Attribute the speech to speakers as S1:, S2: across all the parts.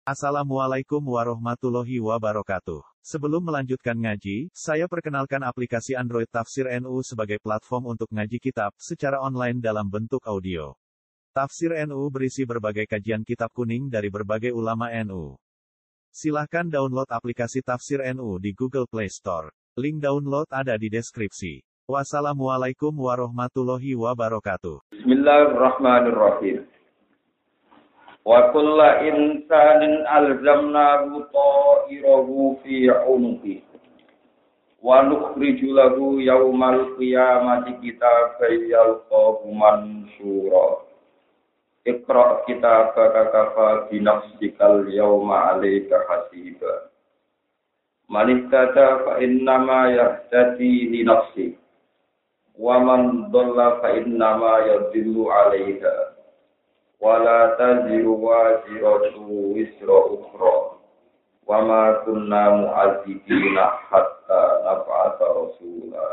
S1: Assalamualaikum warahmatullahi wabarakatuh. Sebelum melanjutkan ngaji, saya perkenalkan aplikasi Android Tafsir NU sebagai platform untuk ngaji kitab secara online dalam bentuk audio. Tafsir NU berisi berbagai kajian kitab kuning dari berbagai ulama NU. Silahkan download aplikasi Tafsir NU di Google Play Store. Link download ada di deskripsi. Wassalamualaikum warahmatullahi wabarakatuh.
S2: Bismillahirrahmanirrahim. Wa kulla insanin alzamnahu ta'irahu fi 'unuqi wa nukhriju lahu yawmal qiyamati kitaban yalqahu mansyura. Iqra' kitabaka kafa bi nafsikal yawma 'alaika hasiba. Man ihtada fa innama yahtadi li nafsihi wa man dhalla fa innama yadhillu 'alaiha. Wala taziru waziratu wisra ukhra wa ma kunna mu'adzibina hatta nab'atha rasula.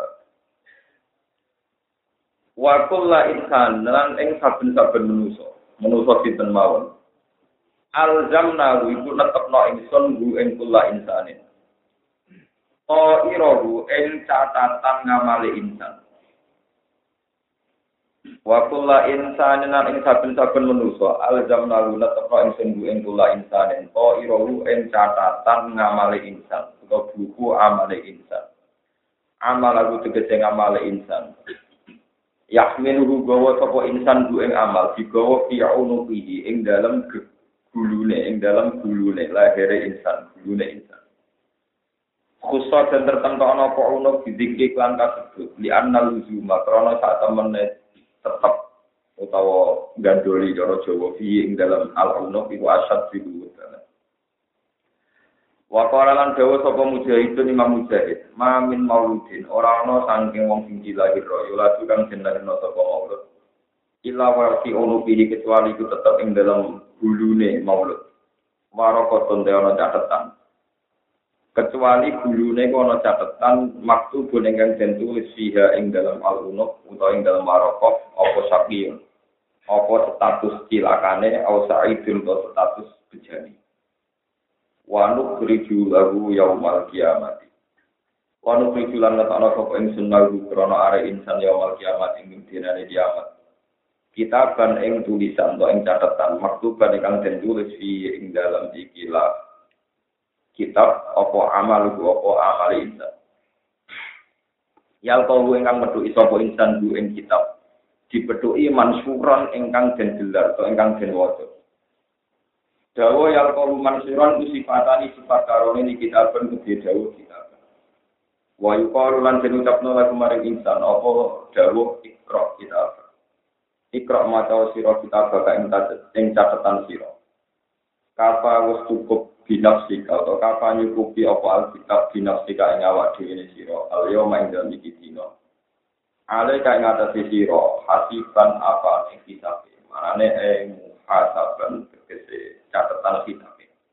S2: Wa kullu insan lan ing saben-saben manusa sinten mawon alzamna iku netepno ingsun gu ing kullu insanin irahu ing catatan ngamale insan. Wa kullu insanin ing saben-saben manusa alzamna netepno ingsun ing kullu insanin irahu ing catatan ngamale insan utawa buku amale insan. Amal aku tegese ngamale insan. Yahmiluhu gawa sapa insan ing amal digawa fi unuqihi ing dalem gulune lahire insan gulune insan. Khusus dan tertentono apa unuk didikik lan kasebut li annal luzuma krana sak temene tetep utawa gandoli cara Jawa fi ing dalam al-unuf iku asyad diluwet. Wa qala lan dawa sapa mujahidun Imam Mujahid, ma min mauludin ora ana saking wong sing dilahir ya laku kang jenenge sapa maulud. Illa wa fi unubihi kecuali iku tetep ing dalam gulune maulud. Warakatun ana catetan. Kecuali gulune ana catetan maktubun ingkang den tulis fiha ing dalam al-unuf utawa ing dalam warakah apa sakiyun. Apa status cilakane au sa'idun atau status bejani. Wa nukhriju lahu yaumal qiyamati. Wa nukhriju lan ana sapa ingsun lahu krana are insan yaumal qiyamati ing dinane kiamat. Kitaban ing tulisan utawa ing catatan maktuban ingkang den tulis fi ing dalam ikilah kitab apa amaluhu apa amali insan. Yal kau ingkang metuki sapa insan bu ing kitab dipethuki mansuran ingkang den gelar atau ingkang den waca. Dawa yal kau mansuran sifatani sifat karone ni kitaben gede dawa kitab. Wa yuqalu lan den ucapno lagu maring insan apa dawa ikra kitab. Ikra maca sira kitab ka ing catatan sira. Kafa wis cukup binafsika atau kapan nyukupi apa alkitab binafsika ing awak dhewe sira alyo maing dalem iki dina ale kae ngatasi sira hasiban apa ing kitab marane muhasaban tegese catatan kitab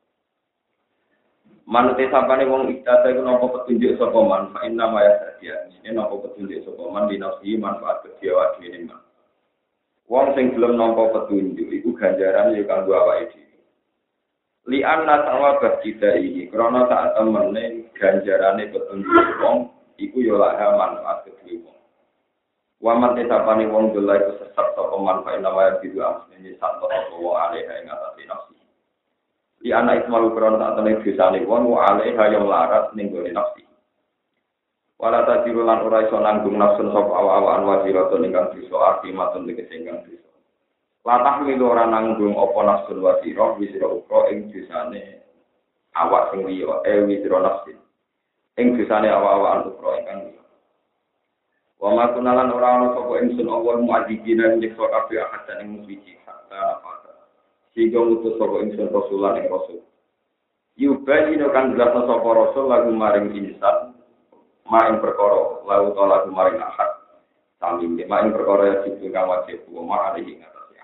S2: manute sampane wong iktata iku napa petunjuk sapa man fa inna ma yasadia ini napa petunjuk sapa man binafsi manfaat kedhe awak dhewe man wong sing gelem nampa petunjuk iku ganjaran ya kanggo awake dhewe li anna sawabah kita iki krana sak temene ganjarane petunjuk wong iku ya laha manfaat kedhe wong. Wa man tetapane wong dola iku sesat sapa manfaat namanya bidu asline sak apa wong alih ing atase nafsi. Li anna ismalu krana sak temene dosane wong alih yang larat ning gone nafsi. Wala tadiru lan ora iso nanggung nafsun sapa awak-awakan wajiratun ingkang dosa akimatun tegese ingkang dosa. Latah milu ora nanggung apa nafsul wasira wisira ukra ing dosane awak sing liya wisira nafsin ing dosane awak-awakan ukra ingkang liya. Wa ma kunalan ora ana sapa ingsun awal muadzibina nyiksa kabeh ahadan ing suci hatta nafata. Sehingga ngutus sapa ingsun rasulan ing rasul. Yubayinu kan jelasna sapa rasul lagu maring insan maing perkara lalu ta lagu maring ahad. Sami maing perkara ya dipun wajib wa ma alihi.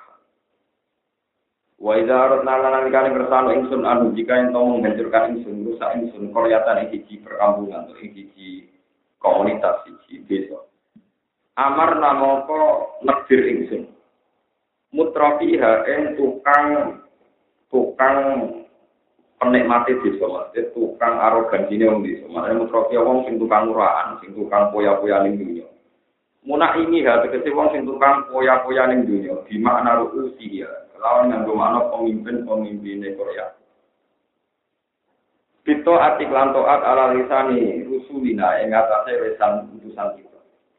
S2: Wa idza aradna lan kali kersane ingsun anu jika ento menghancurkan ingsun rusak ingsun koryatan iki perkampungan atau iki komunitas iki desa. Amar namapa negdir ingsun. Mutrafiha tukang menikmati desa Mas, tukang arogansine wong desa. Makane mutrofi wong sing tukang murahan, sing tukang poya-poya ning dunya. Muna ini ha tegese wong sing tukang poya-poya ning dunya, di makna ru'usi ya. Lawan nganggo makna pemimpin-pemimpine Korea. Pito atik lantoat ala lisani rusulina ing atase lisan utusan kita.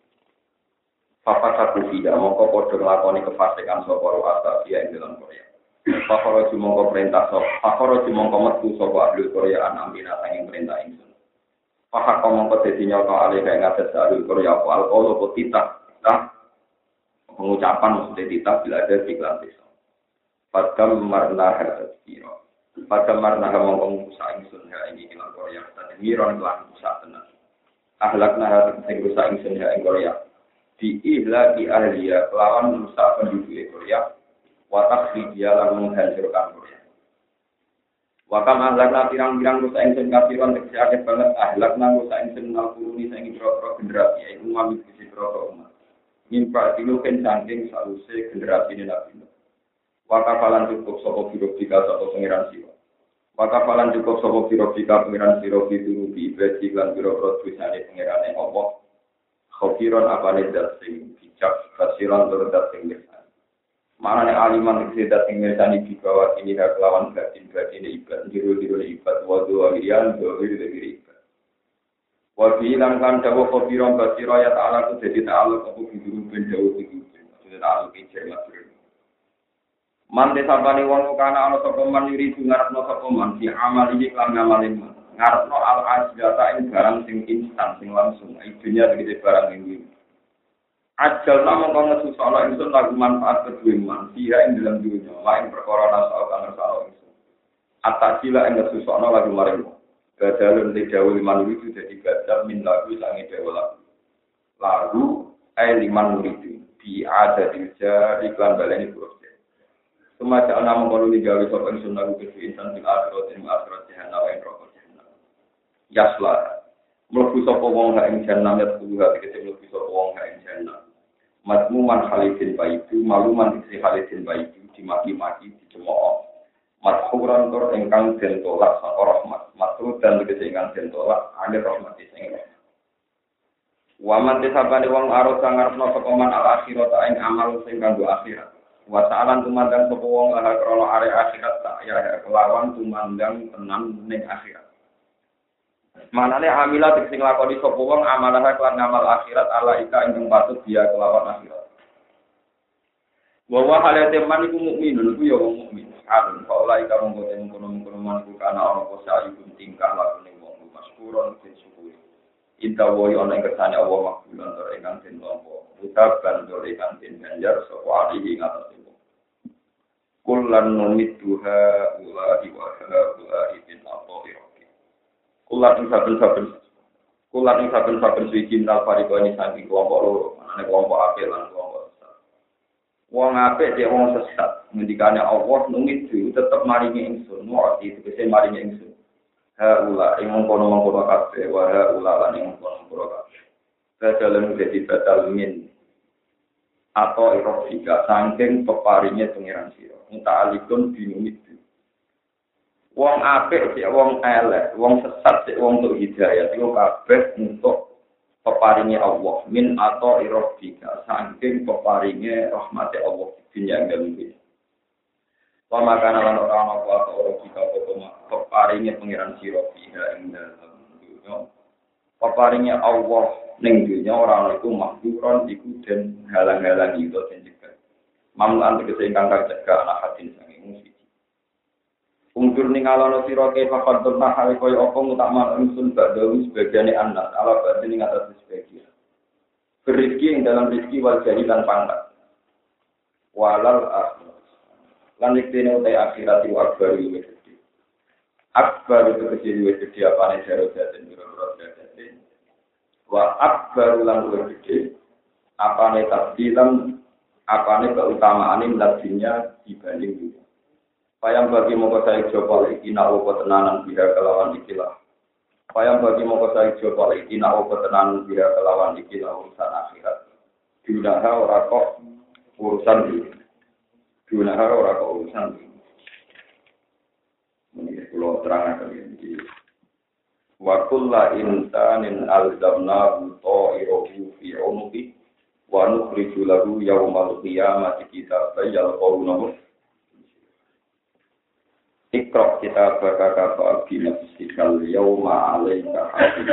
S2: Papa satu tidak mongko padha nglakoni kefasikan sapa ruasa dia ing dalam Korea. Pakoro mongko perintah sapa, pakoro mongko metu sapa ahli Korea an ambina sanging perintah ingsun. Pakak mongko dadi nyoto alih ing atas ahli Korea apa alqolo titah, pengucapan maksudnya titah bila ada iklan desa. Padam marna hadira. Pada marna mongkong usaha ingsun ha ini ilang Korea tadi miron kelan usaha tenan ahlakna ha sing usaha ingsun ha ing Korea di ihla di ahliya kelawan usaha penduduk Korea watak dia lan menghancurkan Korea wakam ahlakna pirang-pirang usaha ingsun kafiron tekse banget ahlakna usaha ingsun nalkuruni saing pro generasi iku mamit sisi pro umat mimpa diluken saking saluse generasi Nabi wakafalan cukup sapa birobika sapa pangeran siwa. Wakafalan cukup sapa birobika pangeran sira dirubi ibadi lan biro-biro tulisane pangerane Allah. Khabiron apane dat sing bijak kasiran tur dat sing mirsani. Manane aliman sing dat sing mirsani di bawah ini kelawan batin ibad diru ibad wa duwirian duwiri ibad. Wa bilang kan dawa khabiron kasira ya ta'ala ku dadi ta'ala apa bidu ben jauh bidu. Maksudnya ta'ala pincir matur. Mante sapane wong kana ana sapa man yuri ngarepno sapa man di amal iki lan ngamalin ngarepno al ajata ing barang sing instan sing langsung idunya tegese barang iki ajal namung ngesusana ingsun lagu manfaat kedue man dia ing dalam dunya lain perkara nasa kang ngersano ingsun atasila ing ngesusana lagu maring badalun lidawul man itu dadi badal min lagu sange dewa lagu liman murid di ada dilja iklan baleni Semacam nama kalau digawe sopan sunnah bukit insan bil akhirat ing akhirat jahanam wa rokok jahanam. Yasla. Mlebu sapa wong ha ing jahanam ya kudu ha tegese mlebu sapa wong ha ing jahanam. Matmuman halidin baitu maluman isi halidin baitu dimaki-maki dicemooh. Mathuran tur ingkang den tolak saka rahmat. Matur dan tegese ingkang den tolak ane rahmat sing rahmat. Wa man tisabane wong arep sangarepno sapa man al akhirat ing amal sing kanggo akhirat. Wasaalan tumandang sapa wong lah krana are akhirat tak ya kelawan tumandang tenan ning akhirat. Manane amilah sing lakoni sapa wong amalah kelan ngamal akhirat ala ika ing patut dia kelawan akhirat. Wa wa halate man iku mukmin iku ya wong mukmin. Alun faula ika monggo kono man iku kana ana posa iku tingkah lakune wong maskuron sing syukur. Inta woy ana ing kersane Allah makbulan tur ingkang den tampa. Utab kan tur ingkang den ganjar sapa alihi ngatas Kulan numituha ulahi wa ulahi bin al-Qawirati. Kulan ing saben-saben suci minal farikoni saking kelompok loro, manane kelompok apik lan kelompok sesat. Wong apik dek wong sesat, ngendikane Allah numitu tetep maringi ingsun, muati tegese maringi ingsun. Ha ula ing mongkon-mongkon kabeh wa ha ula lan ing mongkon-mongkon kabeh. Dadalen dadi batal min atau irofika saking peparingnya pengiran sira muta'alikun bingung itu wong apik sik wong elek wong sesat sik wong untuk hidayah iku kabeh untuk peparingnya Allah min atau irofika saking peparingnya rahmate Allah dunya dalem iki pamakanan lan ora ana apa irofika peparingnya pengiran sira ing dalem dunya peparingnya Allah ning dunya ora iku makduron iku den halang-halang itu den cegah. Mamlan tegese ingkang cegah ana hadin sange musik. Ungkur ning alono sira ke fakad hal kaya apa ngutakman usul badhe sebagiane anak ala badhe ning atas sebagian. Rezeki ing dalam rezeki wal jahilan pangkat. Walal akhir. Lan iktene utai akhirat wa akbar luwih gedhe. Akbar itu kecil luwih gedhe apane jero daden biro-biro daden. Wa akbar lan luwih gedhe apane tabdilan apane keutamaane ladinya dibanding dunia. Payang bagi mongko saya coba iki nak opo tenanan bila kelawan ikilah. Payang bagi mongko saya coba iki nak opo tenanan bila kelawan ikilah urusan akhirat. Dunaha ora kok urusan dunia. Dunaha ora kok urusan dunia. Ini kalau terang ini. Wa kullu insanin alzamnahu ta'irahu fi 'unuqi wa nukhriju lahu yawmal qiyamati kitaban yalqawnahu. Iqra kitabaka kafa bi nafsikal yawma 'alaika hasib.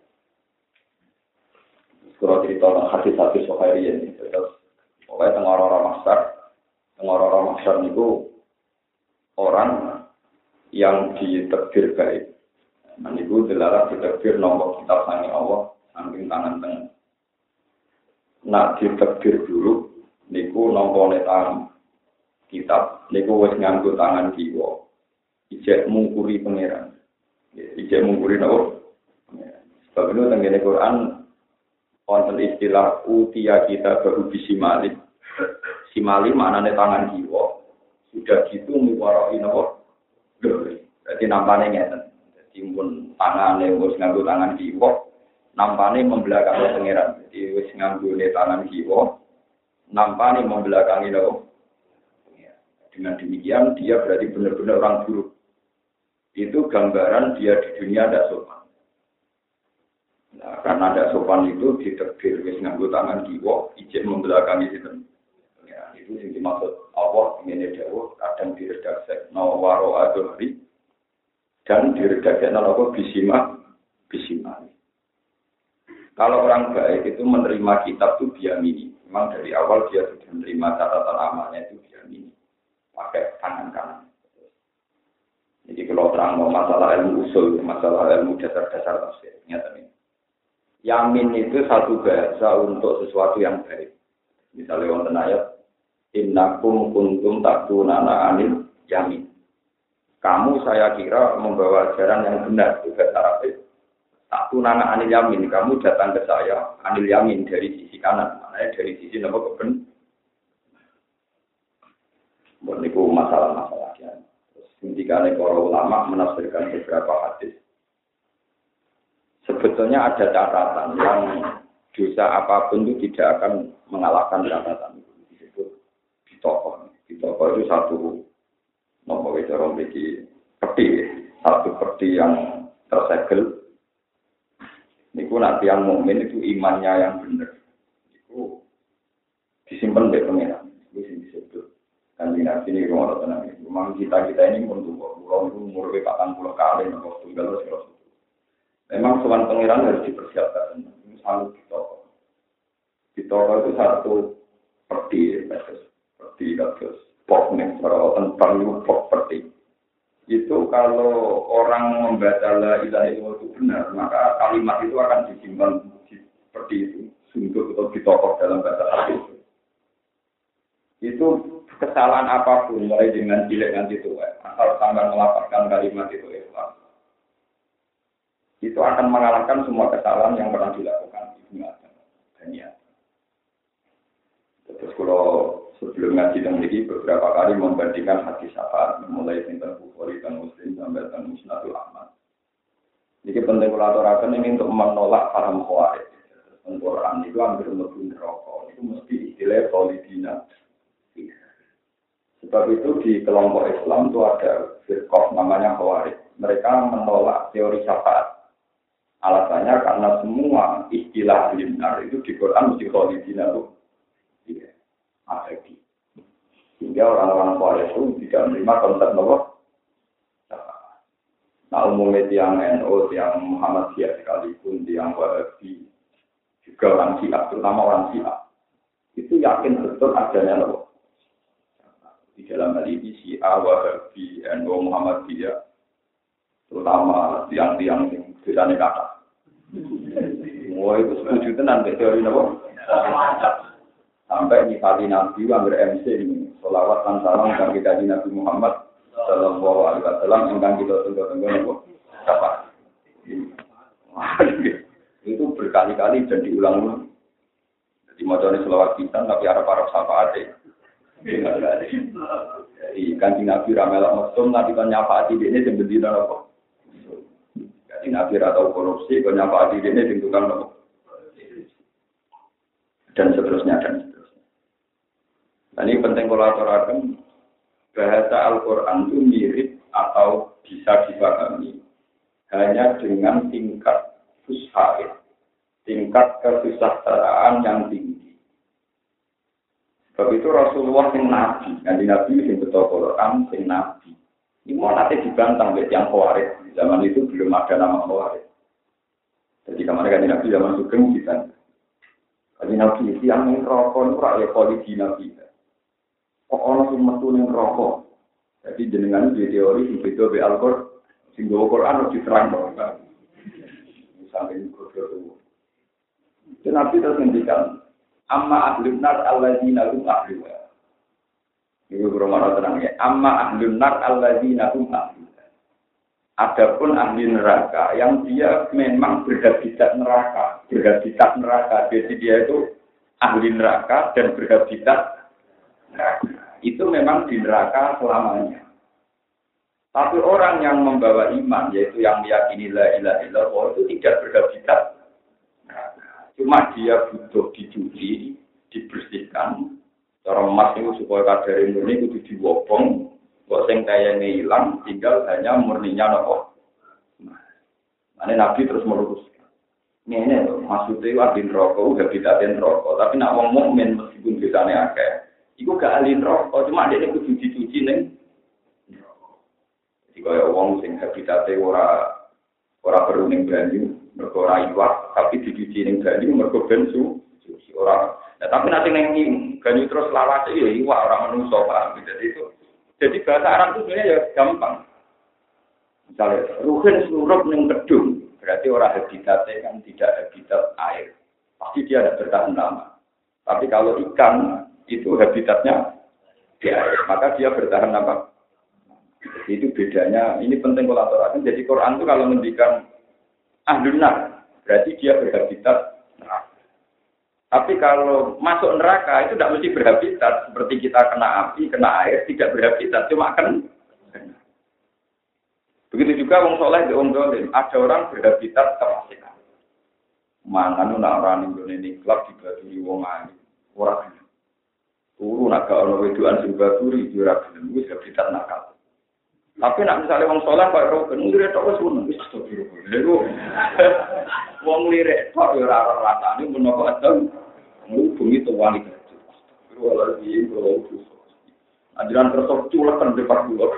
S2: Kalau cerita tentang hadis-hadis Sahihah ini, terus oleh orang-orang masyar itu orang yang ditakdir baik. Nah, itu dilarang ditakdir nombor kitab sangi Allah, samping tangan tengah. Nak ditakdir dulu, niku nombor tangan kitab, niku wis nganggo tangan kiwa. Ijek mungkuri pangeran. Ijek mungkuri napa? Sebab itu tengene Quran wonten istilah utia kita baru bisimali. Simali maknane tangan kiwa. Sudah gitu muwaroi napa? Berarti nampane ngeten. Dadi mun tangane wis nganggo tangan kiwa, nampane membelakangi pangeran. Jadi wis nganggo tangan kiwa, nampane membelakangi napa? Dengan demikian dia berarti benar-benar orang buruk. Itu gambaran dia di dunia tidak sopan. Nah, karena ada sopan itu ditakdir wis nganggo tangan kiwa, ijek membelakangi sinten. Ya, itu sing dimaksud Allah ngene dawuh kadang diredaksi nawaro adhari dan diredaksi apa bisima. Kalau orang baik itu menerima kitab itu biamini. Memang dari awal dia sudah menerima catatan amalnya itu biamini. Pakai tangan kanan. Jadi kalau terang mau masalah ilmu usul, masalah ilmu dasar-dasar tafsir, nyata ini. Yamin itu satu bahasa untuk sesuatu yang baik. Misalnya wonten ayat innakum kuntum taktunana anil yamin. Kamu saya kira membawa ajaran yang benar itu bahasa Arab. Taktunana anil yamin, kamu datang ke saya anil yamin dari sisi kanan, maknanya dari sisi napa keben. Niku masalah-masalahnya. Terus ketika para ulama menafsirkan beberapa hadis. Sebetulnya ada catatan yang dosa apapun itu tidak akan mengalahkan catatan itu disebut bitokoh. Bitokoh itu satu nomor itu orang bagi peti, satu peti yang tersegel. Niku nanti yang mukmin itu imannya yang benar. Itu disimpan di pengiran. Itu yang disebut. Dan di sini rumah tenang. Memang kita ini untuk umur 40 kali nomor tunggal terus. Memang soal pengiran harus dipersiapkan. Misalnya di toko itu satu peti, kados pok nih, kalau tentang pok peti. Itu kalau orang membaca la ilaha illallah itu benar, maka kalimat itu akan disimpan di peti itu, sungguh atau di toko dalam bahasa Arab itu. Itu kesalahan apapun, mulai dengan cilik nanti tua, asal sampai melafalkan kalimat itu ikhlas. Itu akan mengalahkan semua kesalahan yang pernah dilakukan Ibnu Adam dan ya. Terus kalau sebelum ngaji dan ini beberapa kali membandingkan hadis syafaat mulai tentang Bukhari dan Muslim sampai tentang Musnadul Ahmad. Jadi penting kolaborasi ini untuk menolak para khawarij. Al-Quran itu hampir mlebu neraka. Itu mesti istilah solidina. Sebab itu di kelompok Islam itu ada firqah namanya khawarij. Mereka menolak teori syafaat. Alasannya karena semua istilah benar itu di Quran mesti kholidina itu abadi. Sehingga orang-orang Khawarij itu tidak menerima konsep Allah. Nah umumnya tiang NU, tiang Muhammadiyah sekalipun, tiang Wahabi, juga orang Syiah, terutama orang Syiah, itu yakin betul adanya Allah. Di dalam hal ini Syiah, Wahabi, NU, Muhammadiyah, terutama tiang-tiang yang biasanya kata. Wah itu setuju tenan teori apa? Sampai nyifati Nabi angger MC ini, sholawat dan salam bagi kajian Nabi Muhammad sallallahu alaihi wasallam ingkang kita tunggu-tunggu apa? Siapa? Itu berkali-kali dan diulang-ulang. Jadi macamnya sholawat kita tapi arab-arab syafaat deh. Jadi kajian Nabi ramelak mesum nanti kan nyafaati ini sebendina apa? Jadi Nabi atau korupsi, kalau nyapa di sini di tukang nopo dan seterusnya. Nah, ini penting kolaborasi. Bahasa Al-Quran itu mirip atau bisa dipahami hanya dengan tingkat fushaid, tingkat kesejahteraan yang tinggi. Sebab itu Rasulullah yang nabi, nabi yang betul Quran, yang nabi. Ini mau nanti dibantang oleh yang Khawarij. Di zaman itu belum ada nama Khawarij. Jadi kemarin kan nabi zaman Sugeng kita. Kalau nabi itu yang rokok, itu rakyat polisi nabi. Kok orang yang metu yang rokok. Jadi jenengan di teori yang beda be Al-Qur'an, sing go Quran harus diterang dong. Sampai itu. Dan nabi terus ngendikan, amma ahlun nar alladzina hum ahluha. Ini berumah tenang ya. Amma ahlun nar alladzina hum ahluha. Adapun ahli neraka yang dia memang berhabitat neraka. Jadi dia itu ahli neraka dan berhabitat neraka. Itu memang di neraka selamanya. Tapi orang yang membawa iman, yaitu yang meyakini la ilaha illallah, itu tidak berhabitat neraka. Cuma dia butuh dicuci, dibersihkan. Cara emas itu supaya kadar murni itu diwobong, kok sing kayane ilang, tinggal hanya murninya nopo. Nah, Nabi terus meluruskan. Ini loh, maksudnya ahli neraka, habitatin neraka. Tapi nak wong mukmin meskipun bisane akeh, iku gak ahli neraka, cuma dia kudu dicuci ning. Jadi kaya wong sing habitate ora perlu ning banyu, mergo ora iwak, tapi dicuci ning banyu mergo ben suci ora. Nah, tapi nanti ning banyu terus lawase ya iwak ora menungso paham. Jadi bahasa Arab itu sebenarnya ya gampang. Misalnya ruhin surup ning kedung, berarti orang habitatnya kan tidak habitat air. Pasti dia ada bertahan lama. Tapi kalau ikan itu habitatnya di air, maka dia bertahan lama. Jadi itu bedanya. Ini penting kolaborasi. Jadi Quran itu kalau mendikan ahlun nar, berarti dia berhabitat neraka. Tapi kalau masuk neraka itu tidak mesti berhabitat. Seperti kita kena api, kena air, tidak berhabitat. Cuma kan. Begitu juga wong soleh di wong dolim. Ada orang berhabitat kefasikan. Mangan nak orang Indonesia klub dibaduri wong ayu. Orang turu nak gak ono wedoan sing baduri ora gelem wis habitat nakal. Tapi nak misalnya wong soleh kok roken ngire tok wis ngono wis astagfirullah. Lha wong lirik tok ora rasane menapa adem. Bengi to wani. Astagfirullah iki kok. Ajaran terus culekan di depan kula.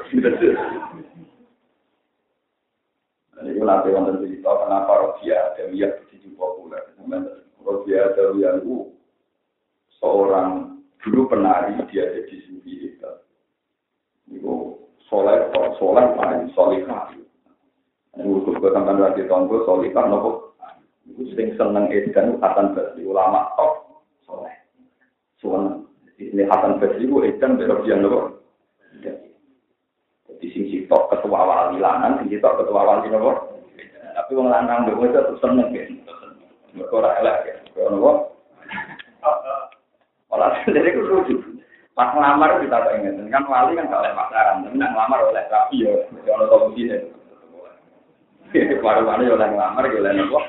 S2: Ini nanti wonten cerita kenapa Rodia Adawiyah begitu populer. Rodia Adawiyah itu seorang dulu penari, dia jadi sufi itu. Itu soleh paling solihah. Ini usul sampai lagi tonggo solihah nopo. Itu sering seneng edan Hasan Basri ulama top soleh. Soalnya ini Hasan Basri itu edan Rodia nopo. Di sini tok ketua wali lanang, sini tok ketua wali nopo. Tapi wong lanang dhewe itu seneng kan. Mergo ora elek ya. Nopo? Olah dari ku lucu. Pas ngelamar kita pengen kan wali kan gak oleh pacaran, tapi nak ngelamar oleh rapi ya. Ono komune. Baru-baru oleh ngelamar ya oleh nopo.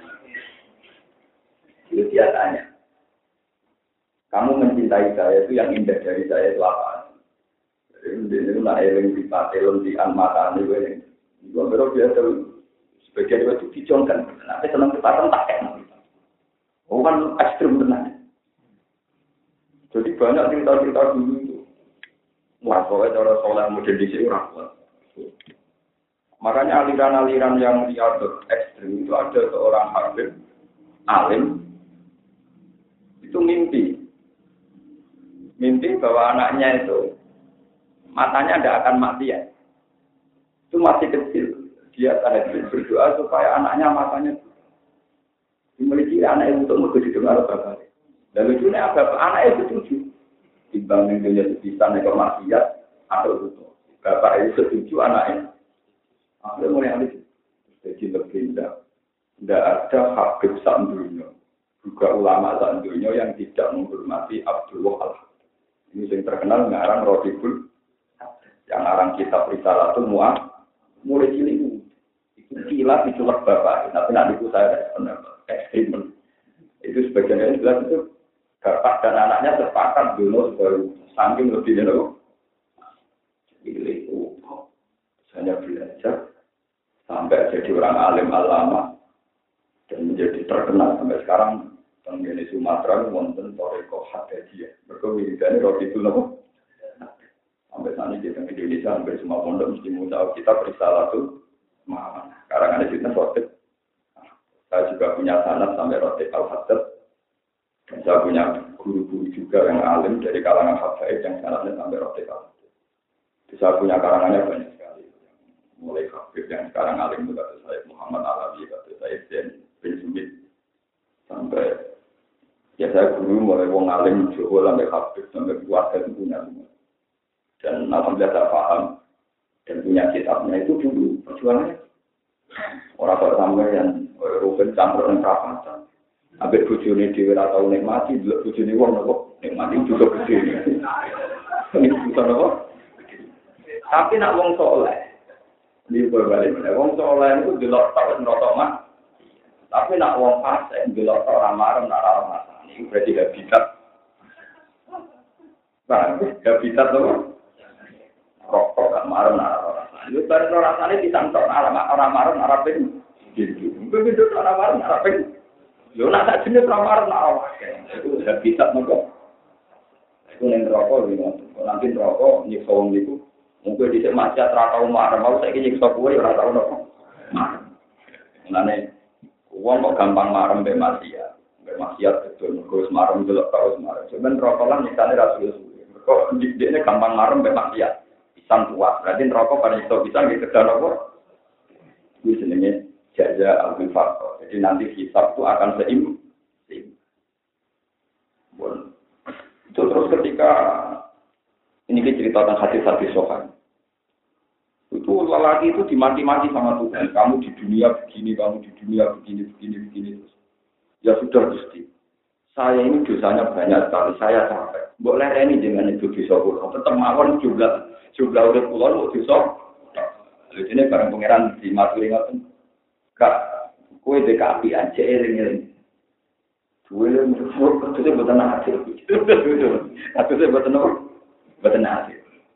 S2: Itu dia tanya. Kamu mencintai saya itu yang indah dari saya itu apa? Ini nak eling di patelon di almatan itu ini. Gua baru biasa sebagian itu dicongkan. Nanti senang kepatan tak enak. Oh kan ekstrim benar. Jadi banyak cerita-cerita dulu itu. Wah, soalnya cara soleh model di sini orang kuat. Makanya aliran-aliran yang liar ekstrim itu ada seorang hakim alim itu mimpi bahwa anaknya itu matanya tidak akan mati ya. Itu masih kecil. Dia tahajud berdoa supaya anaknya matanya dimiliki anak itu untuk didengar bapak. Dan lucunya bapak anak itu setuju. Dibanding dia sebisa nekor maksiat atau itu. Bapak itu setuju anaknya. Akhirnya mulai habis. Jadi berpindah. Tidak ada habib sandunya. Juga ulama sandunya yang tidak menghormati Abdullah Al-Haq. Ini yang terkenal ngarang Rodibul. Yang arang kitab Risalatul Mu'ah mulai cilik itu kilat diculak bapak tapi nanti itu saya ekstrim itu sebagian dari jelas itu bapak dan anaknya sepakat dulu saking lebih dulu cilik hanya belajar sampai jadi orang alim alama dan menjadi terkenal sampai sekarang. Di Sumatera wonten toreko hadajiyah. Mereka wiridane roti itu nopo. Sampai saat ini di Indonesia hampir semua pondok mesti tahu kita berisalah tuh. Sekarang ada juga roti. Saya juga punya sanad sampai roti al-hadad. Dan saya punya guru-guru juga yang alim dari kalangan hafaid yang sanadnya sampai roti al-hadad. Saya punya karangannya banyak sekali. Mulai Habib yang sekarang alim itu kata saya Muhammad Alawi, kata saya Zain bin Sumit sampai ya saya guru mulai wong alim Jawa sampai Habib sampai keluarga itu punya semua. Dan alhamdulillah saya paham dan punya kitabnya itu dulu perjuangannya. Orang kok sampai yang rugen campur dengan perapatan. Habis bojone dhewe ora tau nikmati, delok bojone wong nopo nikmati juga gede. Ini bukan apa? Tapi nak wong soleh. Ini berbalik mana? Wong soleh itu delok tau nerotok mah. Tapi nak wong fasik delok ora marem nak ora masalah. Ini berarti habitat. Nah, habitat apa? Rokok gak marem nak ora masalah. Itu bareng rasane disantok ora marem ora ping. Gitu. Begitu ora marem ora ping. Yo nak tak jenis ora marem nak ora. Itu habitat nopo. Itu ning rokok nanti rokok nyiksa wong niku. Mungkin dhisik maksiat ora tau marem, mau saiki nyiksa kowe ora tau nopo. Marem. Mulane wong kok gampang marem mbek maksiat. Maksiat betul, terus marem delok terus marem. Sebenarnya rokokan misalnya rasul-rasul. Kok dikne gampang marem mbek maksiat. Pisang puas. Berarti rokok pada iso pisang gitu kedan apa? Itu jenenge jaza al-faqr. Jadi nanti hisab itu akan seimbang. Itu terus ketika ini kita cerita tentang hadis-hadis sohan. Itu lelaki itu dimaki-maki sama Tuhan. Kamu di dunia begini, kamu di dunia begini. Ya sudah Gusti. Saya ini dosanya banyak sekali. Saya capek. Boleh ini dengan itu dosa kula. Tetap mawon jumlah urip kula lu dosa. Lha dene bareng pangeran di maturi ngoten. Kak, kowe dek api aja eling-eling. Duwe mufur ketuse boten ati. Ketuse boten apa? Boten ati.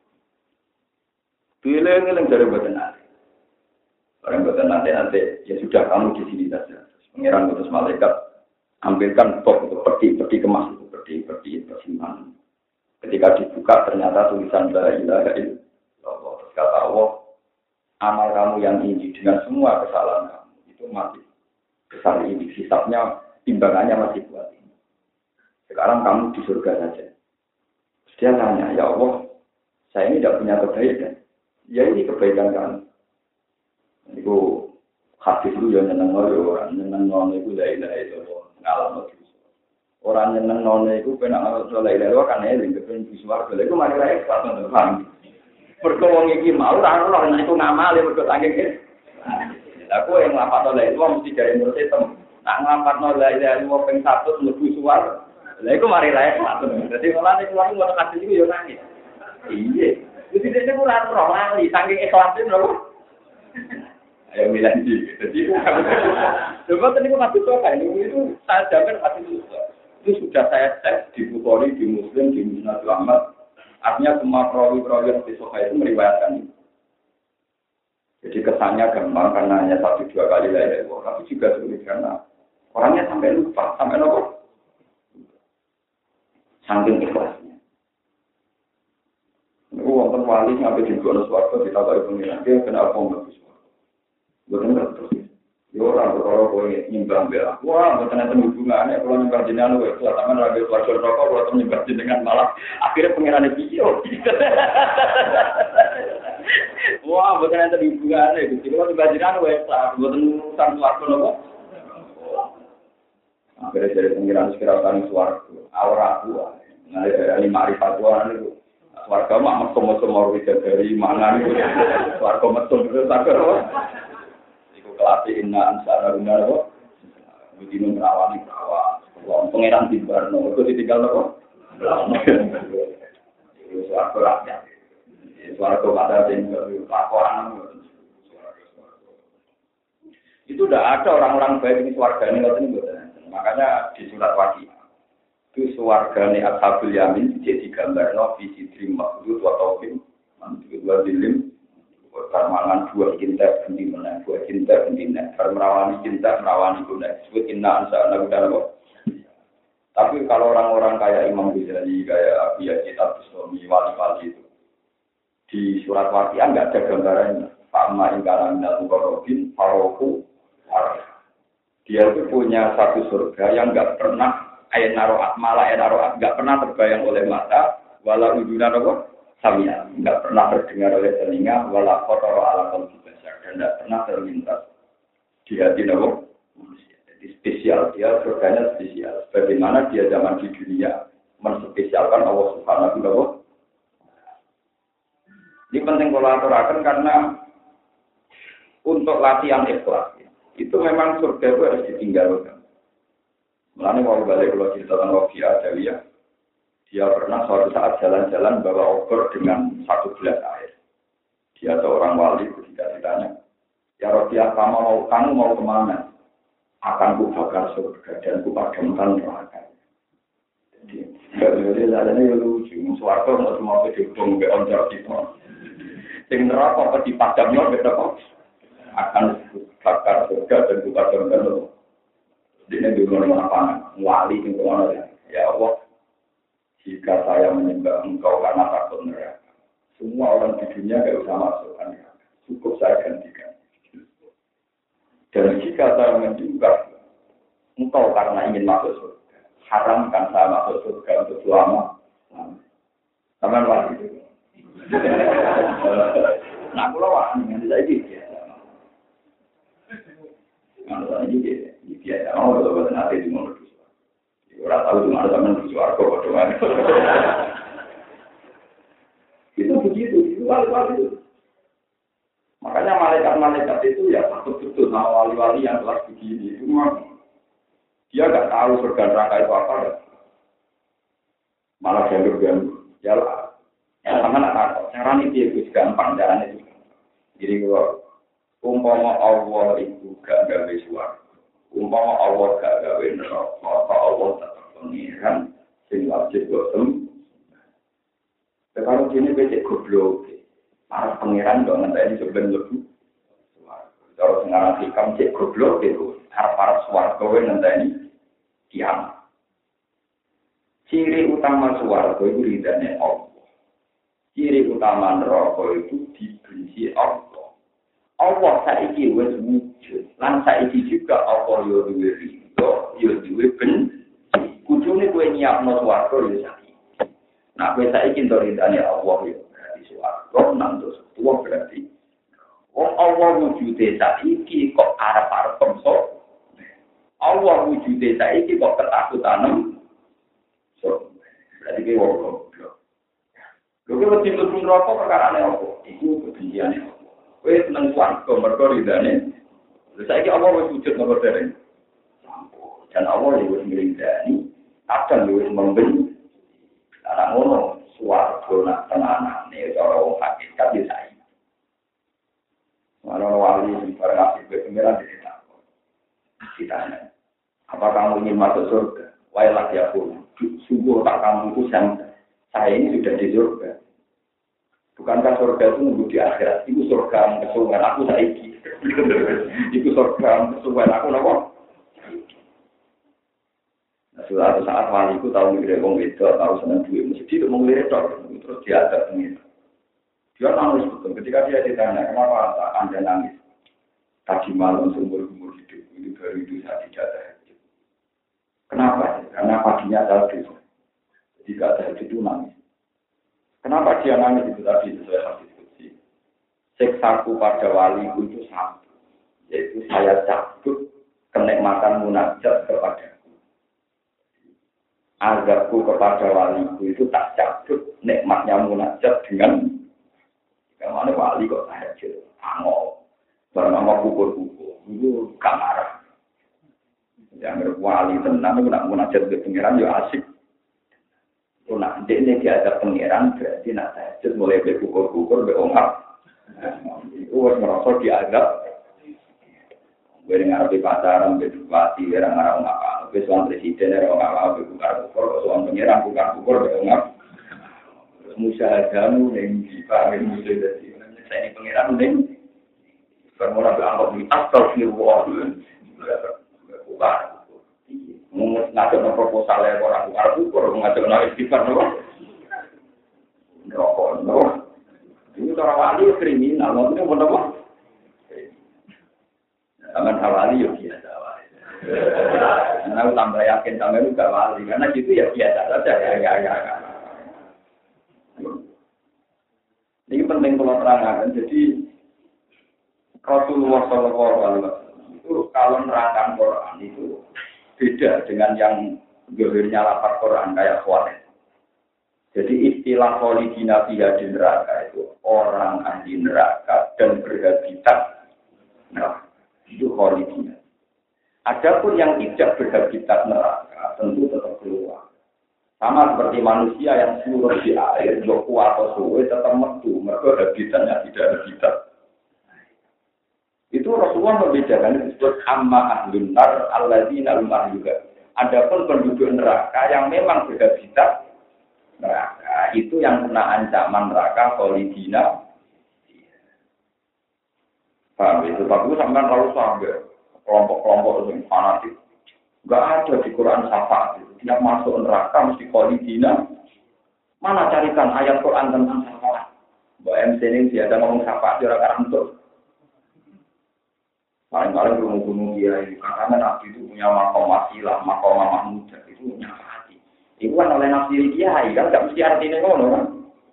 S2: Eling-eling jare boten ati. Bareng boten ati ya sudah kamu di sini saja. Pangeran utus malaikat ambilkan top itu peti kemas itu peti persimpangan. Ketika dibuka ternyata tulisan la ilaha illallah. Terus kata Allah, amal kamu yang ini dengan semua kesalahan kamu itu masih besar ini. Hisabnya timbangannya masih kuat ini. Sekarang kamu di surga saja. Terus dia tanya, ya Allah, saya ini tidak punya kebaikan. Ya ini kebaikan kamu. Itu hadis itu yang nyeneng orang nyeneng itu la ilaha illallah ngalam itu. Orang nyeneng none itu penak la ilaha illallah kan eling kepen visual lha iku mari rae sak paham. Mergo wong iki mau ora ora nek itu ngamale mergo saking lha kowe yang nglapat la ilaha mesti jare menurut tem. Nak nglapat la ilaha illallah ping 100 mlebu suwar. Lha iku mari rae sak. Dadi mulane kula ngono kadhe iku yo nangis. Iya. Wis dene ora roh lali saking ikhlasin lho. Ayo milih di. Jadi, coba tadi aku kasih tahu kan, itu saya jamin kasih itu sudah saya cek di Bukhari, di Muslim, di Musnad Ahmad. Artinya semua perawi-perawi yang di Soha itu meriwayatkan. Jadi kesannya gampang karena hanya 1-2 kali la ilaha illallah, tapi juga sulit karena orangnya sampai lupa, sampai lupa. Saking ikhlasnya. Wonten wali sampai di Gunung Swarga ditakoni pengiran, dia kenapa bagus. Betul terus. Yo orang kalau kowe nyembah bela. Wah, mboten enten hubungane kalau nyembah jenengan kowe kelas sampean ra wis warga rokok kalau nyembah jenengan malah akhirnya pengenane piye. Wah, mboten enten hubungane Gusti kalau nyembah jenengan kowe mboten urusan warga rokok. Akhirnya dari pengiran sekiranya swarga. Aura kuwi. Nah, dari ma'rifat niku. Swarga mah metu-metu mau dari mangan niku. Swarga metu terus sakit. Kelas inna ansara runah apa? Begini merawani perawan. Pengeran di Barno itu ditinggal apa? Suara rakyat. Suara kepada tinggal laporan. Itu udah ada orang-orang baik di swarga ini. Makanya di surat Waqiah itu swargane Ashabul Yamin jadi gambar visi dream makhluk wa taufim mantul wa dilim. Permangan dua cinta ganti mana, dua cinta ganti mana. Merawani cinta, merawani guna. Sebut inna ansa anak udah. Tapi kalau orang-orang kayak Imam Ghazali, kayak Abi Yazid Al-Bustami, wali-wali itu, di surat Waqiah nggak ada gambarannya. Sama ingkara minal muqarrabin, faroku, dia itu punya satu surga yang nggak pernah air naroat, malah air naroat nggak pernah terbayang oleh mata, walau uduna apa, samia, nggak pernah terdengar oleh telinga, walau kotor ala qalbi bashar, dan nggak pernah terlintas di hati apa manusia. Jadi spesial, dia surganya spesial. Bagaimana dia zaman di dunia menspesialkan Allah Subhanahu wa Ta'ala. Ini penting kalau aturakan karena untuk latihan ikhlas. Itu memang surga itu harus ditinggalkan. Mulanya mau balik kalau cerita tentang Robiah Adawiyah, dia pernah suatu saat jalan-jalan bawa obor dengan satu gelas air. Dia seorang wali ketika ditanya, ya Robiah kamu mau kemana? Akan ku bakar surga dan ku padamkan neraka. Jadi jalan-jalannya ya lucu. Suarga mau semua kedubung ke oncar kita. Yang neraka apa dipadamnya berapa? Akan bakar surga dan buka surga dulu. Ini dulu mana wali itu mana ya Allah. Jika saya menyembah Engkau karena takut neraka, semua orang di dunia tidak usah masuk neraka. Cukup saya gantikan. Dan jika saya menyembah Engkau karena ingin masuk surga, haramkan saya masuk surga untuk selama. Taman wali itu. Nah, kalau wali yang saya gitu. Kalau ini biasa, kalau betul nanti di mana tu? Orang tahu di mana zaman tu suarga bagaimana? Itu begitu, itu wali-wali. Makanya malaikat-malaikat itu ya betul-betul sama wali-wali yang kelas begini. Itu memang dia nggak tahu surga neraka itu apa ya. Malah jalur-jalur. Ya lah, ya sama nak caranya dia itu gampang caranya itu. Jadi kalau umpama Allah itu gak gawe suara, umpama Allah gak gawe neraka, maka Allah tetap pengiran sing wajib botem. Kalau gini becek goblok, para pengiran dong ngenteni sebenarnya lebih. Kalau sekarang hikam cek goblok itu, harap suara kowe ngenteni kiamat. Ciri utama suara kowe itu ridane Allah. Ciri utama neraka itu dibenci Allah. Allah saiki wis wujud, lan saiki juga Allah yo duwe ridho, yo duwe benci. Kudune kowe nyiapno swarga yo saiki. Nah, kowe saiki entuk ridane Allah yo berarti swarga, nang dosa tuwa berarti. Wong Allah wujude saiki kok arep-arep pemso. Allah wujude saiki kok ketakutan. So, berarti kowe wong goblok. Lha kok mlebu neraka perkarane apa? Iku kebenciane Allah. Kowe seneng swarga mergo ridane. Lha saiki Allah wis wujud nomor dereng. Dan Allah wis ngridani, kadang wis membenci. Ana ngono swarga nak tenanane cara wong hakikat ya saiki. Malah wali sing bareng asih pengiran ditanya. Apa kamu ingin masuk surga? Wailah ya pun. Sungguh tak kamu itu saya ini sudah di surga. Bukankah surga itu nunggu di akhirat? Itu surga kesuwen aku saiki. Itu surga kesuwen aku napa? Nah, suatu saat wali itu tahu ngelirik wong wedok, tahu seneng duit, mesti itu ngelirik tok, terus dia ada pengen. Dia nangis betul. Ketika dia ditanya, kenapa Anda nangis? Tadi malam seumur-umur hidup itu baru itu saya tidak tahajud. Kenapa? Karena paginya saya dosa. Jadi tidak tahajud itu nangis. Kenapa dia nangis itu tadi sesuai hadis qudsi. Siksaku pada waliku itu satu, yaitu saya cabut kenikmatan munajat kepadaku. Azabku kepada waliku itu tak cabut nikmatnya munajat dengan mana wali kok tahajud, angol, bernama kukur-kukur, itu kamar. Yang wali tenang, itu nak munajat ke pengiran juga asik. Itu nak ini dia ada pengiran berarti nak tahajud mulai berkukur-kukur berongap. Itu harus merasa diadab. Gue dengar di pacaran, berdukati, orang-orang apa, besuan presiden, orang-orang berkukur-kukur, besuan pengiran bukan kukur berongap. Musyahadamu yang dipakai musuh tadi. ini pengiran udah. Karena angkot di astagfirullah. Bukan. Ngajak proposal orang Arab, ngajak istighfar rokok, ini orang wali kriminal, maksudnya apa? Taman wali ya biasa wali. Karena aku tambah yakin tambah juga wali, karena gitu ya biasa saja ya. Ini penting kalau terangkan. Jadi Rasulullah SAW itu kalau nerangkan Quran itu beda dengan yang gehirnya lapar Quran kayak khawatir. Jadi istilah kholidina fiha di neraka itu orang ahli neraka dan berhabitat neraka. Itu kholidina. Adapun yang tidak berhabitat neraka tentu tetap keluar. Sama seperti manusia yang seluruh di air, joku atau suwe tetap metu, mereka habitatnya tidak habitat. Itu Rasulullah membedakan disebut amma ahlun nar alladzina lumah juga. Adapun penduduk neraka yang memang berhabitat neraka itu yang kena ancaman neraka kholidina. Paham itu? Tapi sampai terlalu sampai kelompok-kelompok yang fanatik. Enggak ada di Quran syafaat itu. Tiap masuk neraka mesti kholidina. Mana carikan ayat Quran tentang syafaat? Mbak MC ini dia ada ngomong syafaat di orang untuk. Paling-paling gunung-gunung dia ini. Karena Nabi itu punya makom wasilah, makom mahmudah. Itu nyafaat. Itu kan oleh nafsiri kiai kan, nggak mesti artinya ngono kan.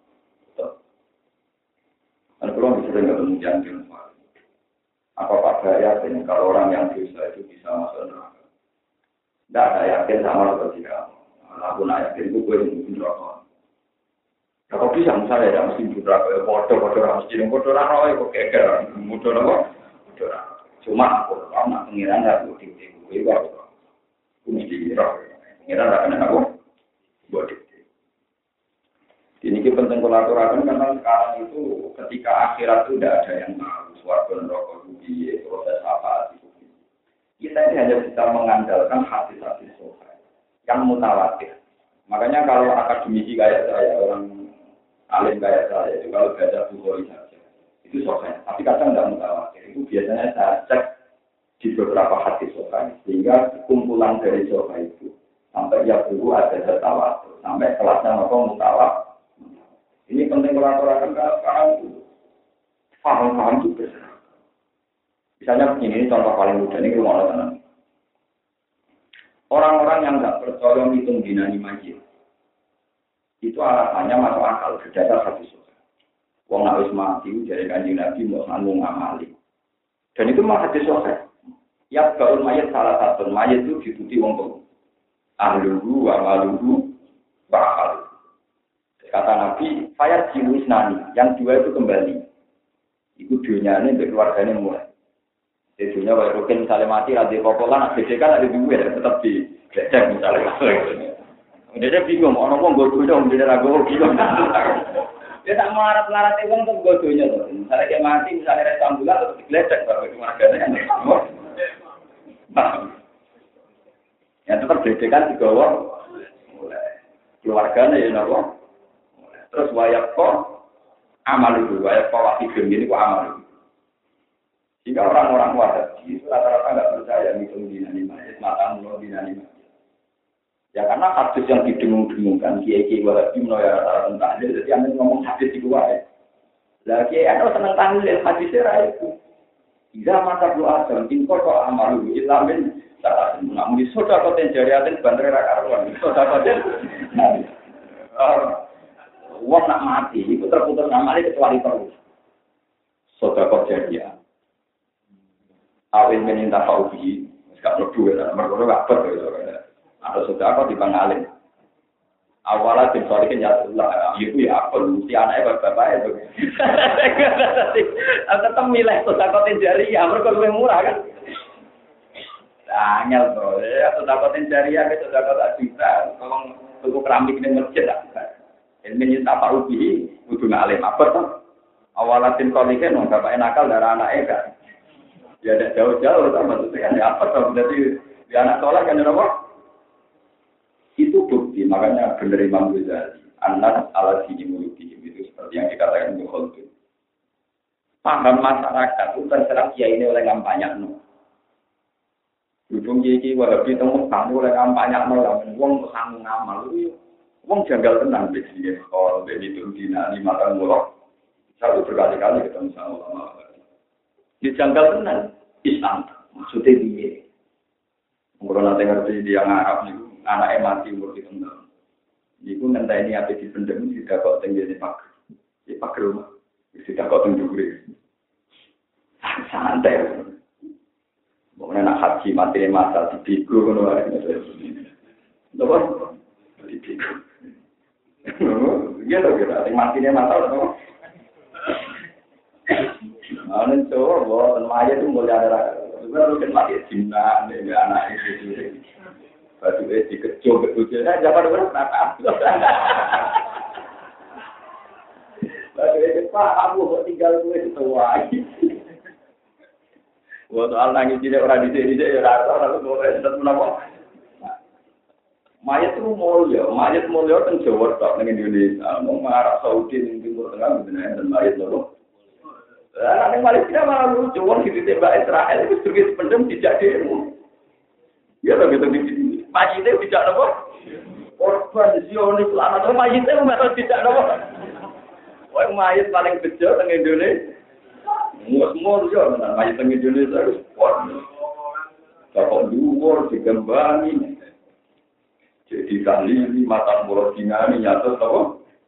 S2: Dan kalau bisa dengar kemudian apa Pak Gaya ini kalau orang yang dosa itu bisa masuk neraka? Tidak ada yakin sama seperti kamu. Aku nak yakin itu gue yang mungkin neraka. Kalau bisa misalnya tidak mesti neraka, bodoh mesti bodoh neraka itu keker, bodoh neraka, bodoh neraka. Cuma aku nak pengiran nggak butuh gue baru, mesti neraka. Pengiran nggak kena aku. Bodoh. Ini penting kolaborasi karena sekarang itu ketika akhirat itu tidak ada yang tahu suatu neraka rugi proses apa itu. Kita ini hanya bisa mengandalkan hadis-hadis sahih yang mutawatir. Makanya kalau akademisi kayak saya, orang alim kayak saya itu kalau baca Bukhari saja itu sahih. Tapi kadang tidak mutawatir. Itu biasanya saya cek di beberapa hadis sahih sehingga kumpulan dari sahih itu sampai ya dulu ada tawatur, sampai kelasnya apa mutawat. Ini penting kolaborasi karena sekarang itu paham-paham itu besar. Misalnya begini, ini contoh paling mudah ini rumah orang. Orang-orang yang nggak percaya hitung dinani majid, itu alasannya masuk akal berdasar hadis. Wong nak wis mati dari Kanjeng Nabi mau ngandung amali. Dan itu mah hadis sahih. Ya gaul mayat salah satu mayat itu dituti wong tuh. Ahluhu wa maluhu bakal. Kata Nabi, fayat jiwis nani, yang dua itu kembali. Itu dunia ini untuk keluarganya mulai. Di dunia, kalau rukin misalnya mati, ada popolan, ada kan ada dua, tetap di gledek misalnya. Dia bingung, orang-orang godoh dong, dia ragu, bingung. Dia tak melarat-larat itu untuk godohnya. Misalnya dia mati, misalnya resta ambulan, tetap di gledek, kalau keluarganya. Yang tetap bedekan digawa mulai keluarganya ya nopo. Terus wayak kok amal itu, wayak kok wakil gini kok amal itu. Jika orang-orang Wahabi itu rata-rata nggak percaya hitung dinani majid, mata mulut dinani majid. Ya karena hadis yang didengung-dengungkan kiai-kiai Wahabi menolak rata-rata tentang ini, jadi anda ngomong hadis di luar. Lah kiai anda senang tahlil hadisnya itu. Jika mata doa dan tingkol kok amal itu ilamin. Nak muni soda koten jariatin bandar karuan. Soda koten. Wong nak mati itu terputus amale kecuali terus. Soda koten jariah. Awin meninta pauhi, gak perlu ya, mergo gak perlu ya. Ada soda kok dipangalin. Awalnya tim sorikin ya Allah, itu ya apa mesti anaknya bapak itu. Tetap milih soda koten jariah, mergo luwih murah kan. Angel bro, ya sudah koten jariah, sudah kota juta, tolong tuku keramik ini masjid lah. Ini nyata Pak Ubi, kudu ngalim apa tuh? Awalatin kolikan, bapak nakal darah anak kan. Ya ada jauh-jauh, maksudnya kan apa tuh? Jadi di anak sekolah kan apa? Itu bukti, makanya benar Imam Ghazali. Anak ala sini mulutihim itu seperti yang dikatakan Ibnu Khaldun. Paham masyarakat itu terserah kiai ini oleh kampanye no. Hubung kiai Wahabi temu kamu oleh kampanye no lah. Wong sanggup ngamal itu, wong janggal tenang di sini. Kalau dari itu dina 5 tahun mulai, satu berkali-kali ketemu sama ulama. Di janggal tenang Islam maksudnya dia. Kalau nanti ngerti dia ngarap nih, anaknya mati umur 7 tahun. Iku ngenteni ape dipendem tidak kok tenggene pak. Di pak rumah. Tidak kok tenggure. Santai. Mungkin nak haji mati masa dibiku ngono ae. Lho, dibiku. Ya lho kira matine mata lho. Ane coba ten mayat itu mulai ada. Baru kan mati cinta nek anak itu. Batu dikejo betulnya jangan berapa. Batu Pak aku kok tinggal gue tua. Wah soal nangis tidak orang di sini ya rata boleh tetap menapa. Mayat itu mulia kan Jawa tok ning Indonesia, mau Arab Saudi ning Timur Tengah bener dan mayat lho. Lah ning Malaysia malah lucu wong ditembak Israel itu sebagai pendem tidak demo. Ya lho gitu di mayitnya tidak apa? Korban Zionis lanang mayitnya enggak tidak apa? Wong mayit paling bejo teng Indonesia. Semua yo nang mayit teng Indonesia harus kuat. Kalau dhuwur digembangi. Jadi kali mata mulut dinami nyata apa?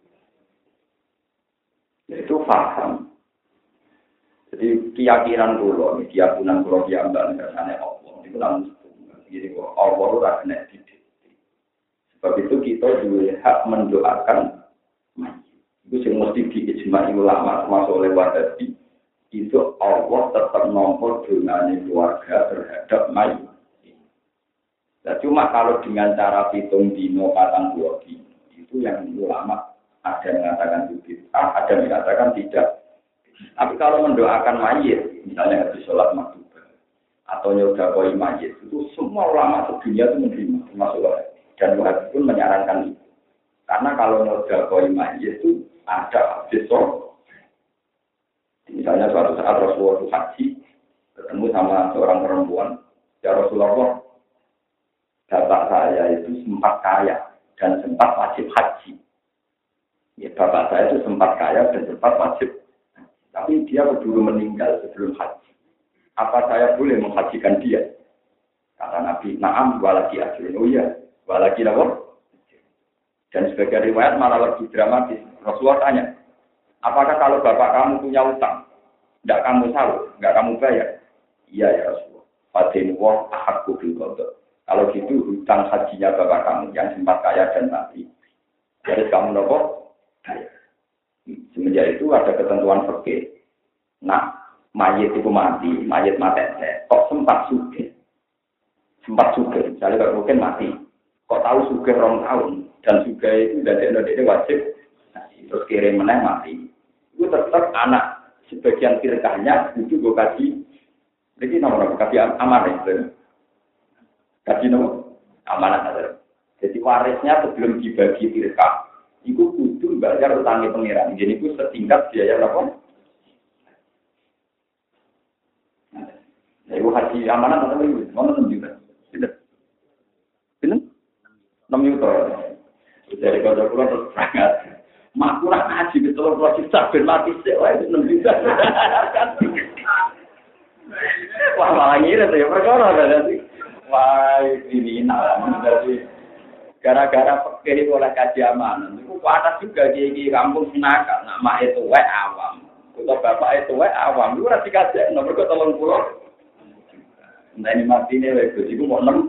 S2: Itu paham. Jadi keyakinan kula, keyakinan kula kiambang kersane Allah. Itu langsung jadi Allah ora kena didik. Sebab itu kita juga hak mendoakan mayit. Itu yang mesti diijmai ulama termasuk oleh Wahabi. Itu Allah tetap nomor donanya keluarga terhadap mayit. Nah, cuma kalau dengan cara hitung dino patang dua itu yang ulama ada yang mengatakan itu, ada yang mengatakan tidak. Tapi kalau mendoakan mayit, misalnya habis sholat maghrib atau nyodakoi mayit, itu semua ulama sedunia itu menerima, termasuk Wahabi. Dan Wahabi pun menyarankan itu. Karena kalau nyodakoi mayit itu ada habis sholat. Misalnya suatu saat Rasulullah itu haji, ketemu sama seorang perempuan, ya Rasulullah, bapak saya itu sempat kaya dan sempat wajib haji. Ya, bapak saya itu sempat kaya dan sempat wajib. Tapi dia keburu meninggal sebelum haji. Apa saya boleh menghajikan dia? Kata Nabi, na'am walaki ajrun. Oh iya, walaki apa? Dan sebagai riwayat malah lebih dramatis. Rasulullah tanya, apakah kalau bapak kamu punya utang, tidak kamu salur, tidak kamu bayar? Iya ya Rasulullah. Fadin wa ahakku bil qada. Kalau gitu hutang hajinya bapak kamu yang sempat kaya dan mati. Jadi kamu nopo bayar. Semenjak itu ada ketentuan fikih. Nah, mayit itu mati kok sempat sugih. Misalnya kalau mungkin mati. Kok tahu sugih 2 tahun dan sugih itu dari Indonesia wajib. Terus kirim meneh mati. Itu tetap anak sebagian firqahnya itu gue kasih. Jadi nomor kasih amanah itu. Kasih nomor amanah ada. Jadi warisnya sebelum dibagi firqah. Iku kudu bayar utangnya pengiran. Jadi itu setingkat biaya berapa? Nah, ibu haji amanah atau ibu? Mana 6 juta? Tidak. 6 juta. Dari kota pulau terus berangkat. Mak kurang haji ke telur juta ben mati sih. Wah itu 6 juta. Wah malah ngira ya perkara nanti. Wah ini nanti. Gara-gara pikir oleh kaji amanah, itu panas juga di kampung Sinaka. Nama itu awam, atau bapak itu awam. Itu rasa kaji, nomor ke 30. Nah ini mati nih, itu mau 6.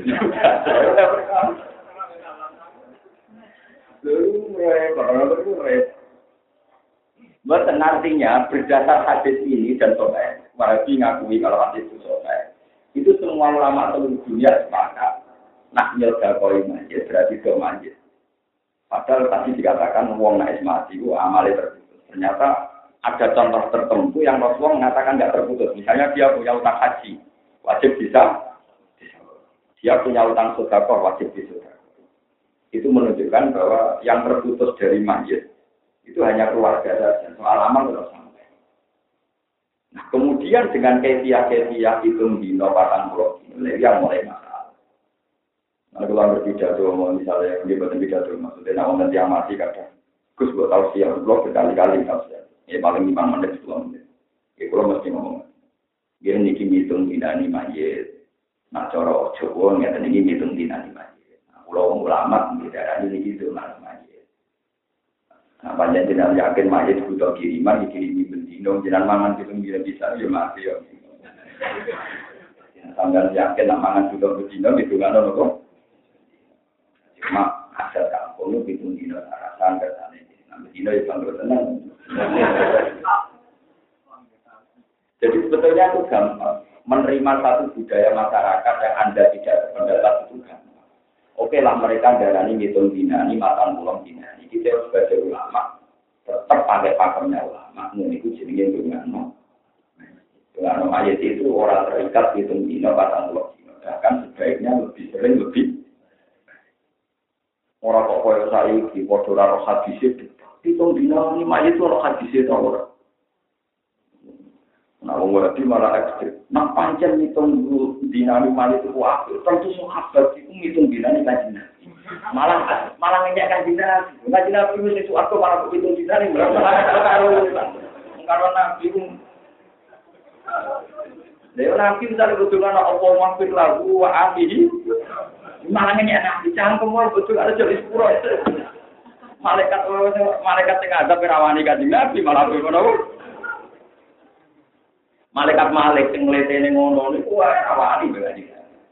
S2: Berarti artinya berdasar hadis ini dan soal, Wahabi ngakui kalau hadis itu soal. Itu semua ulama seluruh dunia sepakat. Nak nyodakoi masjid berarti do masjid. Padahal tadi dikatakan wong naik mati itu amalnya terputus. Ternyata ada contoh tertentu yang Rasulullah mengatakan tidak terputus. Misalnya dia punya utang haji, wajib bisa. Dia punya utang sedekah, wajib bisa. Itu menunjukkan bahwa yang terputus dari masjid itu hanya keluarga saja. Soal amal tidak sampai. Nah, kemudian dengan kefiah hitung dino patang pulau yang mulai masalah. Nah, kalau berpidato, misalnya dia berpidato, maksudnya nak yang mati kadang, Gus buat tahu siang blog berkali-kali tahu siang. Ya paling 5 menit 10 menit. Ya kalau mesti ngomong, dia niki hitung dinani mayit. Nah, cara Jawa ngeten niki hitung dinani mayit. Nah, kalau ulama di daerah ini hitung dinani mayit. Nah, panjang jenengan yakin mayit butuh kiriman, dikirimi bendino, jenengan mangan hitung bisa ya mati ya. Sambil yakin nak mangan butuh bendino hitungan nopo. Cuma asal kampung itu hitung dino arasan kersane. Nah, bendino ya bangga tenang. Jadi sebetulnya itu gampang. Menerima satu budaya masyarakat yang Anda tidak berpendapat itu gampang. Oke lah mereka darani ngitung dinani, matang pulang dinani. Kita sebagai ulama tetap pakai pakemnya ulama. Ini itu jenenge Dungano. Dungano mayat itu orang terikat hitung dino, matang pulang dino. Bahkan sebaiknya lebih sering lebih. Orang kok koyo saiki padha ora hadise hitung dino ini mayat itu ora hadise ta ora. Nah, orang malah ekstrim. Nah, pancen hitung dinami mayat itu waktu. Tentu sahabat itu hitung dinami kajian. Malah ngenyak kajian. Kajian itu sesuatu malah hitung dinami. Kalau nabi itu. Dia nabi misalnya betul kan Allah maafir lagu wa abihi. Malah ngenyak nabi. Jangan kemul betul ada jadi sepuluh. Malaikat yang ada perawani kajian nabi malah betul. Malaikat Malik yang ngeletene ngono niku wae awani berarti.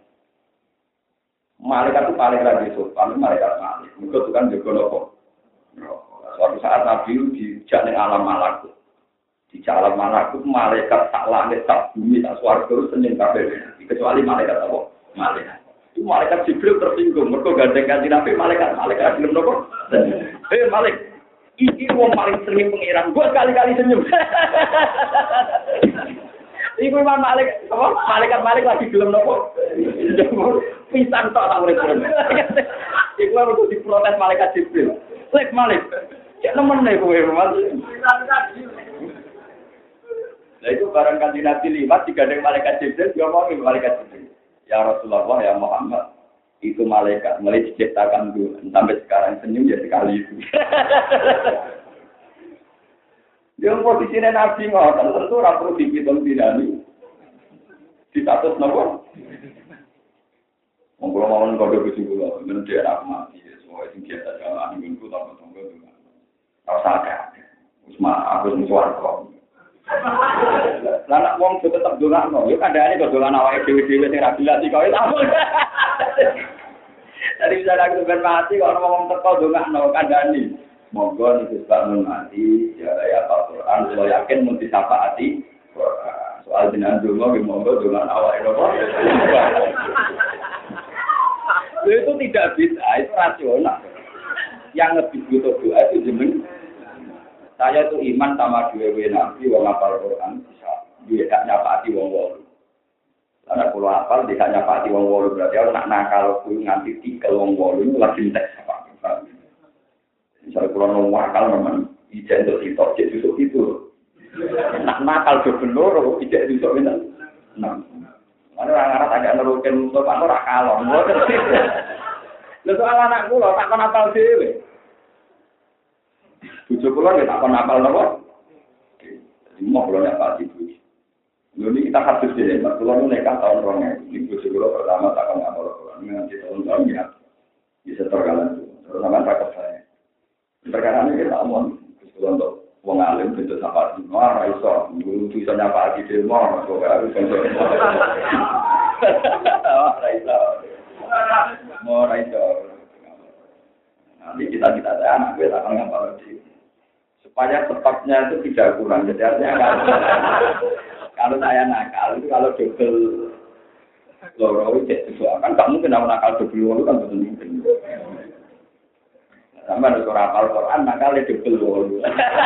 S2: Malaikat itu paling ra sopan, malaikat Malik. Mergo tukang jaga nopo. Suatu saat Nabi dijak ning alam malakut. Di alam malakut malaikat sak langit sak bumi sak swarga senyum kabeh. Kecuali malaikat apa? Malaikat. Itu malaikat Jibril tersinggung. Mergo gandeng kanjeng Nabi malaikat gelem nopo? Malik. Iki wong paling sering pengiran. Gua sekali-kali senyum. Iku Imam Malik, apa? Malaikat lagi gelem nopo? Pisan tok tak urip. Iku lho diprotes malaikat Jibril. Lek Malik, cek nemene kowe, Mas. Lah itu barang kanjeng Nabi liwat digandeng malaikat Jibril, diomongi malaikat Jibril. Ya Rasulullah, ya Muhammad, itu malaikat mulai diciptakan dulu sampai sekarang senyum ya sekali itu. Yang posisinya Nabi ngotot tentu ora perlu dihitung dinami. Di status nopo? Monggo mawon kode kesimpulan men daerah mati semua sing kita jalan minggu tonggo-tonggo itu. Ora sadar. Wis aku wis warga. Lah nek wong tetep dolano, yo kandhane kok dolan awake dhewe-dhewe sing ra jelas iki kok ampun. Dari bisa aku ben mati kok ngomong teko dongakno kandhane. Monggo niku bangun mati, ya Al-Quran, kalau yakin mesti syafaati. Soal jenengan donga nggih monggo dongan awake napa. Itu tidak bisa, itu rasional. Yang lebih butuh doa itu jeneng. Saya itu iman sama dhewe nabi wong hafal Quran bisa. Dia tak nyafaati wong wolu. Karena kalau hafal tidak nyafaati wong wolu berarti orang nakal kuwi nganti tikel wong wolu itu lagi entek apa. Misalnya kalau ngomong akal memang ijek untuk sitok, ijek susuk itu. Nakal bebenor, ijek susuk itu. Nah, orang-orang agak nerukin untuk apa, orang kalong. Lalu soal anakku loh, tak nakal dewe. Tujuh pulau tak nakal nopo. Lima pulau yang pasti tujuh. Lalu kita harus jadi, pulau itu nekat tahun orangnya. Ini tujuh pulau pertama tak nakal orang. Nanti tahun-tahun ya bisa tergalan. Terutama tak saya. Perkara ini kita omong, untuk wong alim bentuk sahabat di luar, iso, guru bisa nyapa di luar, kok harus bentuk. Mau iso. Nanti kita anak kita akan ngapal di. Supaya tepatnya itu tidak kurang, jadi artinya kalau saya nakal itu kalau double loro itu kan tak mungkin nakal double loro kan betul mungkin. Sama ada surah Al-Quran, maka lebih dulu.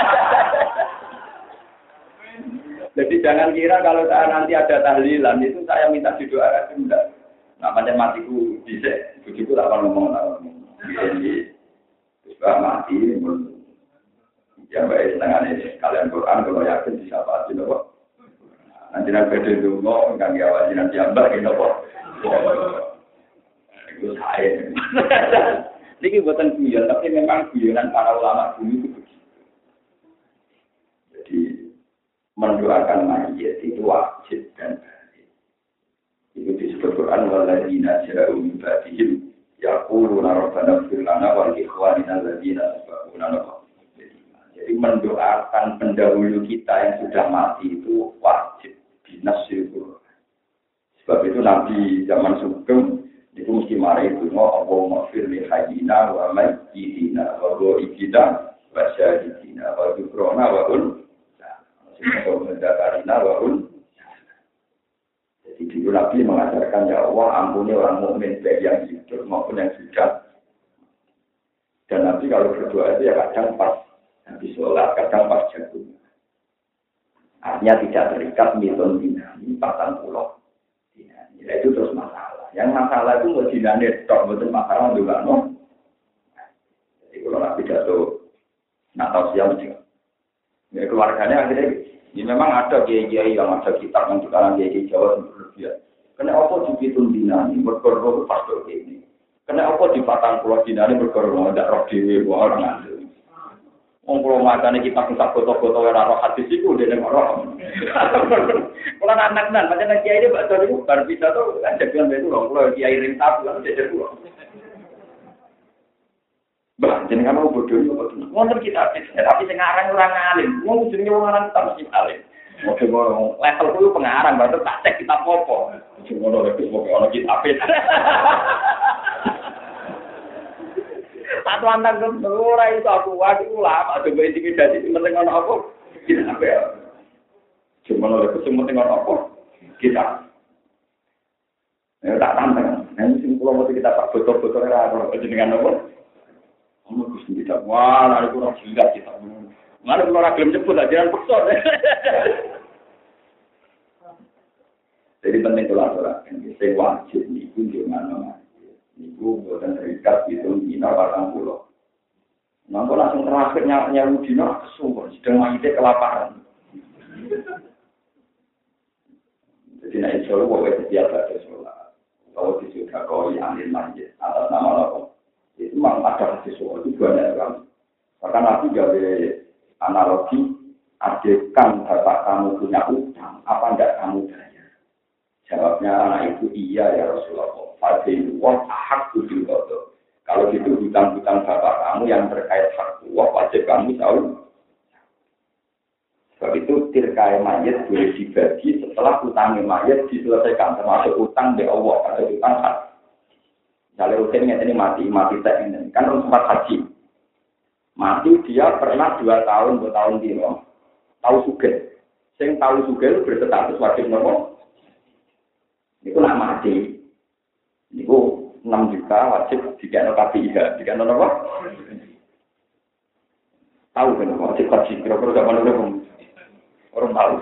S2: Jadi jangan kira kalau saya nanti ada tahlilan, itu saya minta didoakan. Enggak. Nah, macam matiku bisa. Bujuku tak akan ngomong. Jadi, sudah mati. Ya, baik, setengah ini. Kalian Quran, kalau yakin bisa pasti. Anjuran beda dulu, enggak ngawal jiran jambak gitu kok. Itu saya. Ini buatan guyon, tapi memang guyonan para ulama dulu itu begitu. Jadi mendoakan mayit itu wajib dan baik. Itu disebut Quran walladzina ja'u min ba'dihim yaquluna rabbana ighfir lana wa li ikhwanina alladzina sabaquna bil iman. Jadi mendoakan pendahulu kita yang sudah mati itu wajib binasil Quran. Sebab itu Nabi zaman Sugeng itu mesti marah itu Allahumma ighfir li hayyina wa mayyitina wa ghaibina wa syahidina wa dhukrona wa jadi dulu Nabi mengajarkan ya Allah ampuni orang mukmin baik yang hidup maupun yang sudah. Dan Nabi kalau berdoa itu ya kadang pas habis sholat, kadang pas jatuh. Artinya tidak terikat miton dinami 40 dinami. Ya, itu terus masalah. Yang masalah itu mau dinami tok betul masalah juga no. Jadi kalau Nabi jatuh nak tahu siapa juga. Ya, keluarganya akhirnya ini memang ada kiai-kiai yang ada kitab yang sekarang kiai Jawa berlebihan. Kena apa dihitung dinani berkorban pastor ini. Kena apa di Patang Pulau dinani berkorban tidak roh dewi orang ada. Kalau macamnya kita foto-foto yang roh hadis itu dia yang roh. Kalau anak-anak macam kiai ini baca itu baru bisa tuh kan jagoan itu loh. Kalau kiai ring tabu kan jadi pulau. Bah, jadi kamu bodoh itu betul. Mungkin kita tapi sekarang orang alim. Mau ujungnya orang tak mesti alim. Mau ngomong level itu pengarang, baru tak cek kita popo. Cuma orang kita apa? Satu anak kan orang itu aku waktu lama coba intimidasi penting orang apa? Kita apa? Cuma orang itu penting orang apa? Kita. Ya tak tantang. Nanti simpul waktu kita tak foto-foto orang dengan apa? Kamu harus tidak, wah, ada kurang gila kita. Mana kalau orang belum nyebut aja, jangan paksa. Jadi penting kolaborasi. Saya wajib niku jangan nama. Niku bukan terikat itu Cina Batang Pulau. Nanti langsung terakhirnya nyawa Cina kesumpah, sedang mayitnya kelaparan. Jadi nak insya Allah boleh setiap ada sholat. Kalau disudah kau yang mayit atas nama Allah. Itu memang ada sesuatu itu banyak kan. Bahkan Nabi gawe analogi, adekan bapak kamu punya utang, apa enggak kamu bayar? Jawabnya anak itu iya ya Rasulullah. Fadilullah hak kudil kodoh. Kalau gitu hutang-hutang bapak kamu yang terkait hak Allah wajib kamu tahu. Sebab itu tirkai mayat boleh dibagi setelah utangnya mayat diselesaikan, termasuk utang di Allah atau utang hak. Kalau rutinnya ini mati tak ini kan sempat haji. Mati dia pernah 2 tahun, 2 tahun di Rom. Tahu suge. Sing tahu suge berstatus wajib nopo. Itu nak mati. Niku 6 juta wajib dikene KPIH, dikene nopo? Tahu kan wajib haji kira-kira zaman dulu. Orang tahu.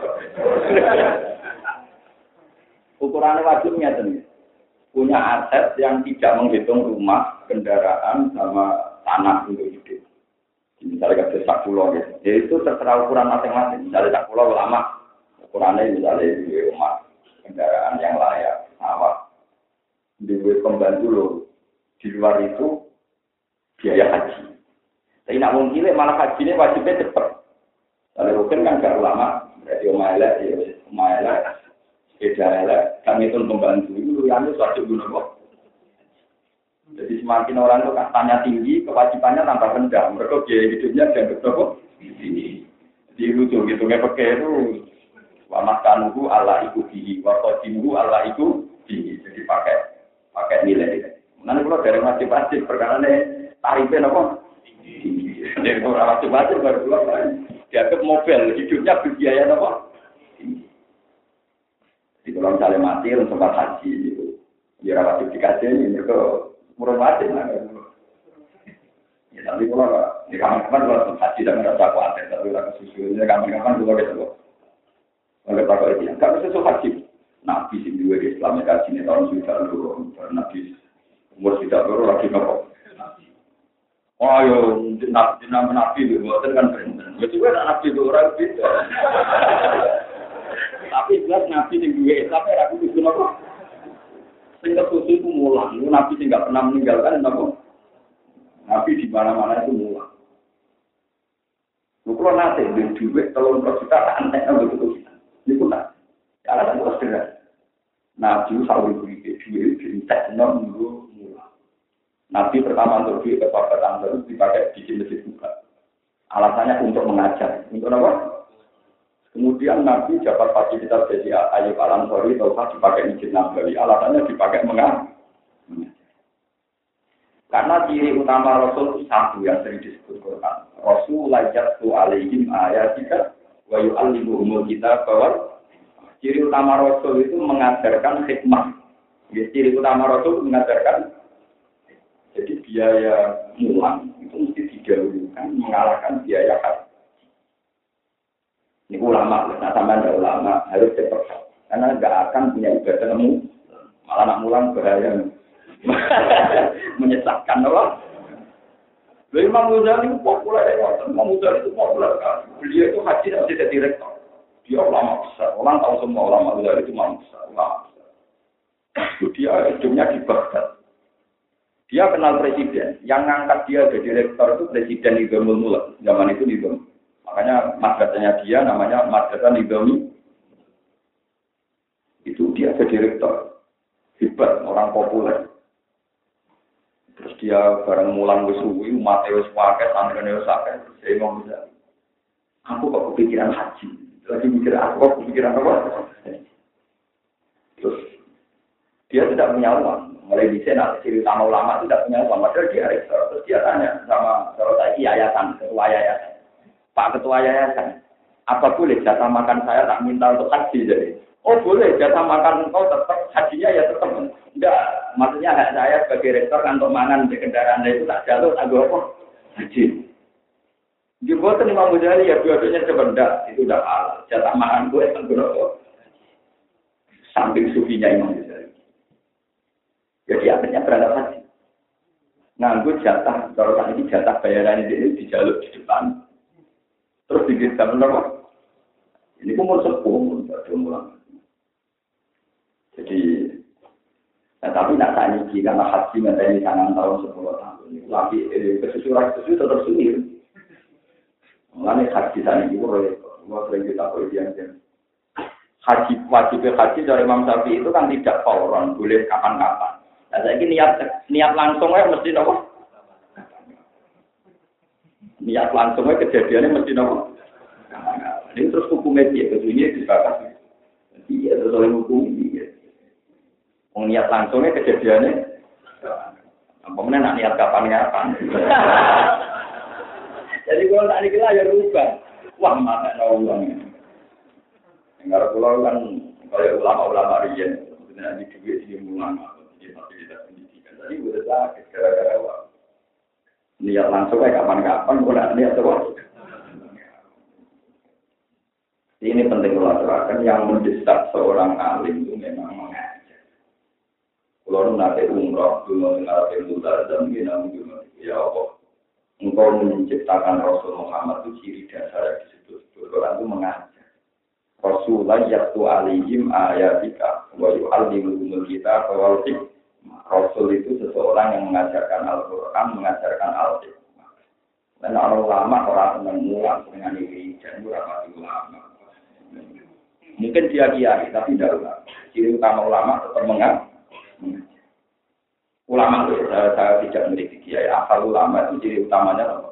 S2: Ukurannya wajibnya tuh. Punya aset yang tidak menghitung rumah, kendaraan, sama tanah untuk hidup. Misalnya ada sak pulau, ya itu terserah ukuran masing-masing. Misalnya sak pulau lama, ukurannya misalnya di rumah, kendaraan yang layak, sawah. Di pembantu loh, di luar itu biaya haji. Tapi nak mungkin malah hajinya wajibnya cepat. Kalau mungkin kan gak lama, berarti omaela, sepeda kami itu pembantu itu yang itu wajib guna kok. Jadi semakin orang itu kastanya tinggi, kewajibannya tambah rendah. Mereka biaya hidupnya dianggap kok tinggi. Jadi lucu gitu nggak pakai itu wamaskanuhu Allah iku bihi, wakodimuhu Allah iku bihi. Jadi pakai nilai. Nanti kalau dari wajib perkara ini tarifnya apa? Tinggi. Jadi kalau wajib baru keluar dianggap mobil hidupnya berbiaya apa? Di kalau misalnya mati, orang sempat haji itu. Ya, wajib dikasih ini, mereka murah wajib lah. Ya, tapi kalau di kapan-kapan kalau haji dan merasa khawatir, tapi kalau kesusunya kapan-kapan juga gitu. Oleh Pak Koyiti, nggak bisa sesuatu haji. Nabi sih juga di Islam, haji ini tahun sudah dulu. Nabi umur sudah dulu lagi nopo. Oh, yo, nabi itu, buatan kan benar. Betul kan nabi itu orang beda. tapi jelas nabi sing duwe tapi ora kudu napa. Sing kesusu itu mulang, itu nabi sing enggak pernah meninggalkan napa. Nabi di mana-mana itu mulang. Lu kalau nanti duit 3 juta aneh begitu kita. Ini pun nak. Ya ada yang sederhana. Nabi selalu beri duit diintek nunggu mulang. Nabi pertama untuk duit ke Pakatan terus dipakai bikin masjid buka. Alasannya untuk mengajar. Untuk apa? Kemudian Nabi dapat fasilitas jadi Ayyub Al-Ansari taufah dipakai masjid Nabawi. Alasannya dipakai mengajar. Karena ciri utama Rasul itu satu yang sering disebut Quran. Rasul lajatu alaihim ayatika wa yu'allimuhumul kitab bahwa ciri utama Rasul itu mengajarkan hikmah. Ya, ciri utama Rasul itu mengajarkan. Jadi biaya mulang itu mesti didahulukan mengalahkan biaya haji. Ini ulama, nah sama ada ulama harus cepat karena nggak akan punya ibadah nemu malah nak mulang bahaya. Menyesatkan apa? Imam Ghazali itu populer ya, Imam Ghazali itu populer kan. Beliau itu haji dan tidak direktur. Dia ulama besar. Orang tahu semua ulama Ghazali itu ulama besar. Dia hidupnya di Baghdad. Dia kenal presiden. Yang ngangkat dia jadi direktur itu presiden Nizamul Mulk. Zaman itu Nizam. Makanya madrasahnya dia namanya Madrasah Nizami. Itu dia jadi direktur. Hebat, orang populer. Terus dia bareng mulang wis suwi, Mateus pakai santrene wis akeh. Saya ngomong bisa. Aku kok kepikiran haji. Lagi mikir aku kok kepikiran apa? Terus dia tidak punya uang. Mulai di sana ciri utama ulama itu tidak punya uang. Padahal dia rektor. Terus dia tanya sama kalau saya yayasan, ketua yayasan. Pak ketua yayasan, apa boleh jatah makan saya tak minta untuk haji jadi? Oh boleh, jatah makan engkau tetap, hajinya ya tetap. Enggak, maksudnya hak saya sebagai rektor kantor mangan di kendaraan itu tak jatuh, tak apa? Haji. Juga Imam Ghazali ya dua-duanya sebentar, itu udah halal. Jatah makan gue yang berapa? Samping sufinya Imam Ghazali. Jadi akhirnya berangkat haji. Nganggur jatah, kalau tadi ini jatah bayaran ini dijaluk di depan. Terus dikirim apa? Ini umur 10, umur mulang. Jadi, tapi nak tanya karena haji menteri sangat tahun 10 tahun. Lagi kesusuran itu tetap sendiri. Mengenai haji tadi itu kalau sering kita yang haji wajib haji dari Imam Syafi'i itu kan tidak fauran, boleh kapan-kapan. Nah, saya ini niat langsung ya mesti apa? Niat langsungnya kejadiannya mesti apa? Ini terus hukumnya dia, kesunya disepakati. Iya, terus oleh hukum dia. Niat langsungnya kejadiannya. Apa-apa nak niat kapan-kapan. Jadi kalau tak dikira ya rubah. Wah, mana ada uangnya. Enggak pulau kan, kalau ulama-ulama rian, sebenarnya di duit di ulama, di fasilitas pendidikan. Tadi udah sakit gara-gara uang. Niat langsungnya kapan-kapan, kalau niat terus. Ini penting dilakukan yang mendesak seorang alim itu memang mengajar. Kalau nanti umroh, dulu mengalami mudah dan minum juga. Ya Allah, engkau menciptakan Rasul Muhammad itu ciri dasar yang disebut Quran itu mengajar. Rasulullah yaktu alihim ayatika wa yu'allimuhumul kitab wal hikmah. Rasul itu seseorang yang mengajarkan Al-Quran, mengajarkan Al-Hikmah. Dan orang ulama orang mengulang dengan ini dan ulama ulama. Mungkin dia kiai, tapi tidak ulama. Ciri utama ulama tetap mengajar. Ulama itu saya tidak memiliki kiai. Asal ulama itu ciri utamanya apa?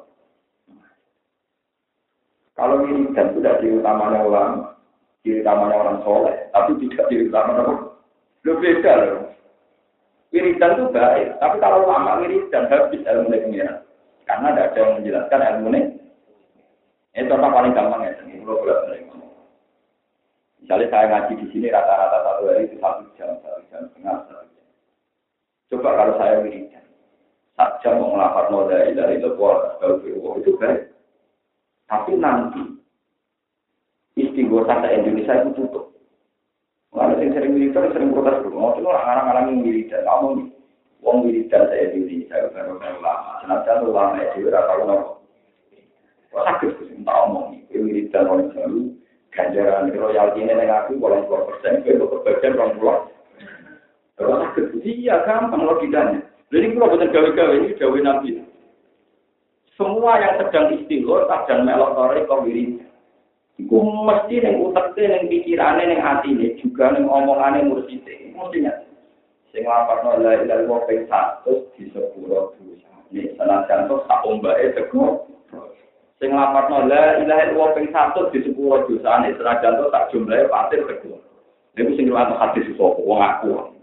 S2: Kalau ini dan sudah ciri utamanya ulama, ciri utamanya orang soleh, tapi tidak ciri utamanya apa? Lebih beda loh. Wiridan itu baik, tapi kalau ulama wiridan habis ilmu pengiran. Karena tidak ada yang menjelaskan ilmu ini. Ini contoh paling gampang ya, ini kalau boleh ngomong. Misalnya saya ngaji di sini rata-rata satu hari itu 1 jam, 1 jam setengah, 1 jam. Coba kalau saya wiridan, 1 jam mau melafaz modal dari lepas, kalau itu baik. Tapi nanti istighosah di Indonesia itu tutup. Kalau yang sering wiridan sering protes dulu, mau tuh orang-orang yang wiridan, kamu nih, wong wiridan saya di Indonesia baru lama, senajan ulama itu berapa tahun? Wah sakit sih, tak omong nih, wiridan orang selalu ganjaran royalti ini aku 80%, itu kebagian 20%. Kalau sakit, iya gampang logikanya. Jadi kalau betul gawe-gawe ini gawe Nabi. Semua yang sedang istighfar, kadang melok tore kau wirid. Iku mesti yang uteknya, yang pikirannya, yang hatinya, juga yang omongannya mursyidnya. Mestinya. Sing lapar la ilaha illallah ping 100 di sepuro dosa. Nek senajan tok sak ombake tego. Sing lapar la ilaha illallah ping 100 di sepuro dosa. Nek senajan tok sak jumlahe pasir tego. Niku sing riwayat hadis sapa wong aku.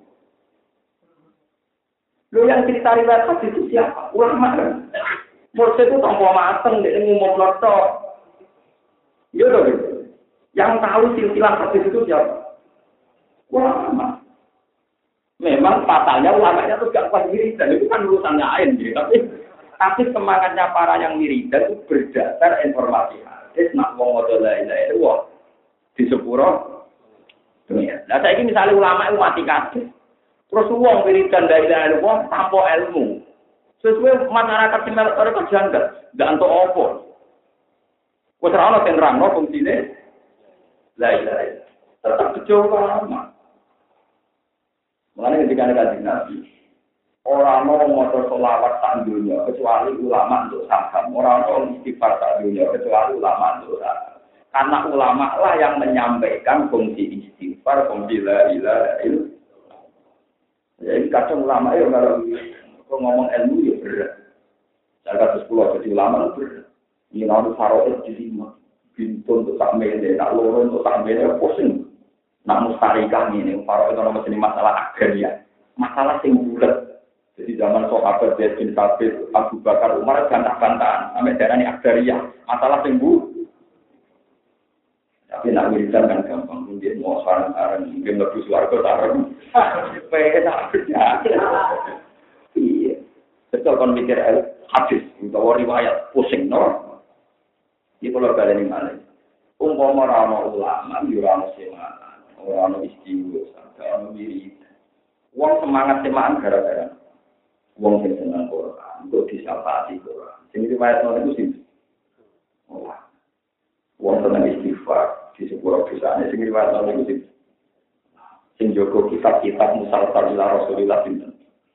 S2: Lo yang cerita riwayat hadis itu siapa? Ulama kan. Mursyid itu tanpa mateng dia ngomong lotok. Iya dong. Yang tahu silsilah hadis itu siapa? Ulama. Memang fatalnya ulamanya itu gak kuat wiridan, itu kan urusannya lain gitu. Tapi semangatnya para yang wiridan itu berdasar informasi hadis. Nak wong maca la ilaha illallah di sepuro dunia. Nah saiki misalnya ulama itu mati kabeh. Terus wong wiridan la ilaha illallah tanpa ilmu. Sesuai masyarakat sing melok karo janggal, ndak entuk apa. Wes ora ono sing nerangno fungsine la ilaha illallah. Tetap kecewa ulama. Mulane ketika Kanjeng Nabi ora ana maca selawat sak donya kecuali ulama untuk saham, ora ana istighfar sak donya kecuali ulama untuk saham. Karena ulama lah yang menyampaikan fungsi istighfar, fungsi la ilaha illallah. Jadi kadang ulama ya kalau ngomong ilmu ya berat. Saya kata 10 jadi ulama itu berat. Ini naruh faroid di lima, bintun untuk tak mele, nak lorong untuk tak mele, pusing. Nak mustarikah ini, faroid itu namanya masalah agraria, masalah sing bulat. Jadi zaman sahabat bin Sabit, Abu Bakar, Umar bantah-bantahan, sampai daerah ini agraria, masalah sing bulat. Tapi nak wiridan kan gampang, mungkin mau sarang-sarang, mungkin lebih suarga sarang. Pengen tak kerja. Iya. Betul kon mikir hadis, utawa riwayat pusing, no? Ini kalau kalian ini mana? Umpama rano ulama, yurano semangat, rano istighfar, rano wiridan. Uang semangat semangat gara-gara. Uang yang senang Quran, untuk disapati Quran. Ini riwayat no itu sih. Uang senang istighfar. Di sebuah perusahaan sing riwayat nang iki sing jogo kitab-kitab musalsal ila Rasulillah pinten.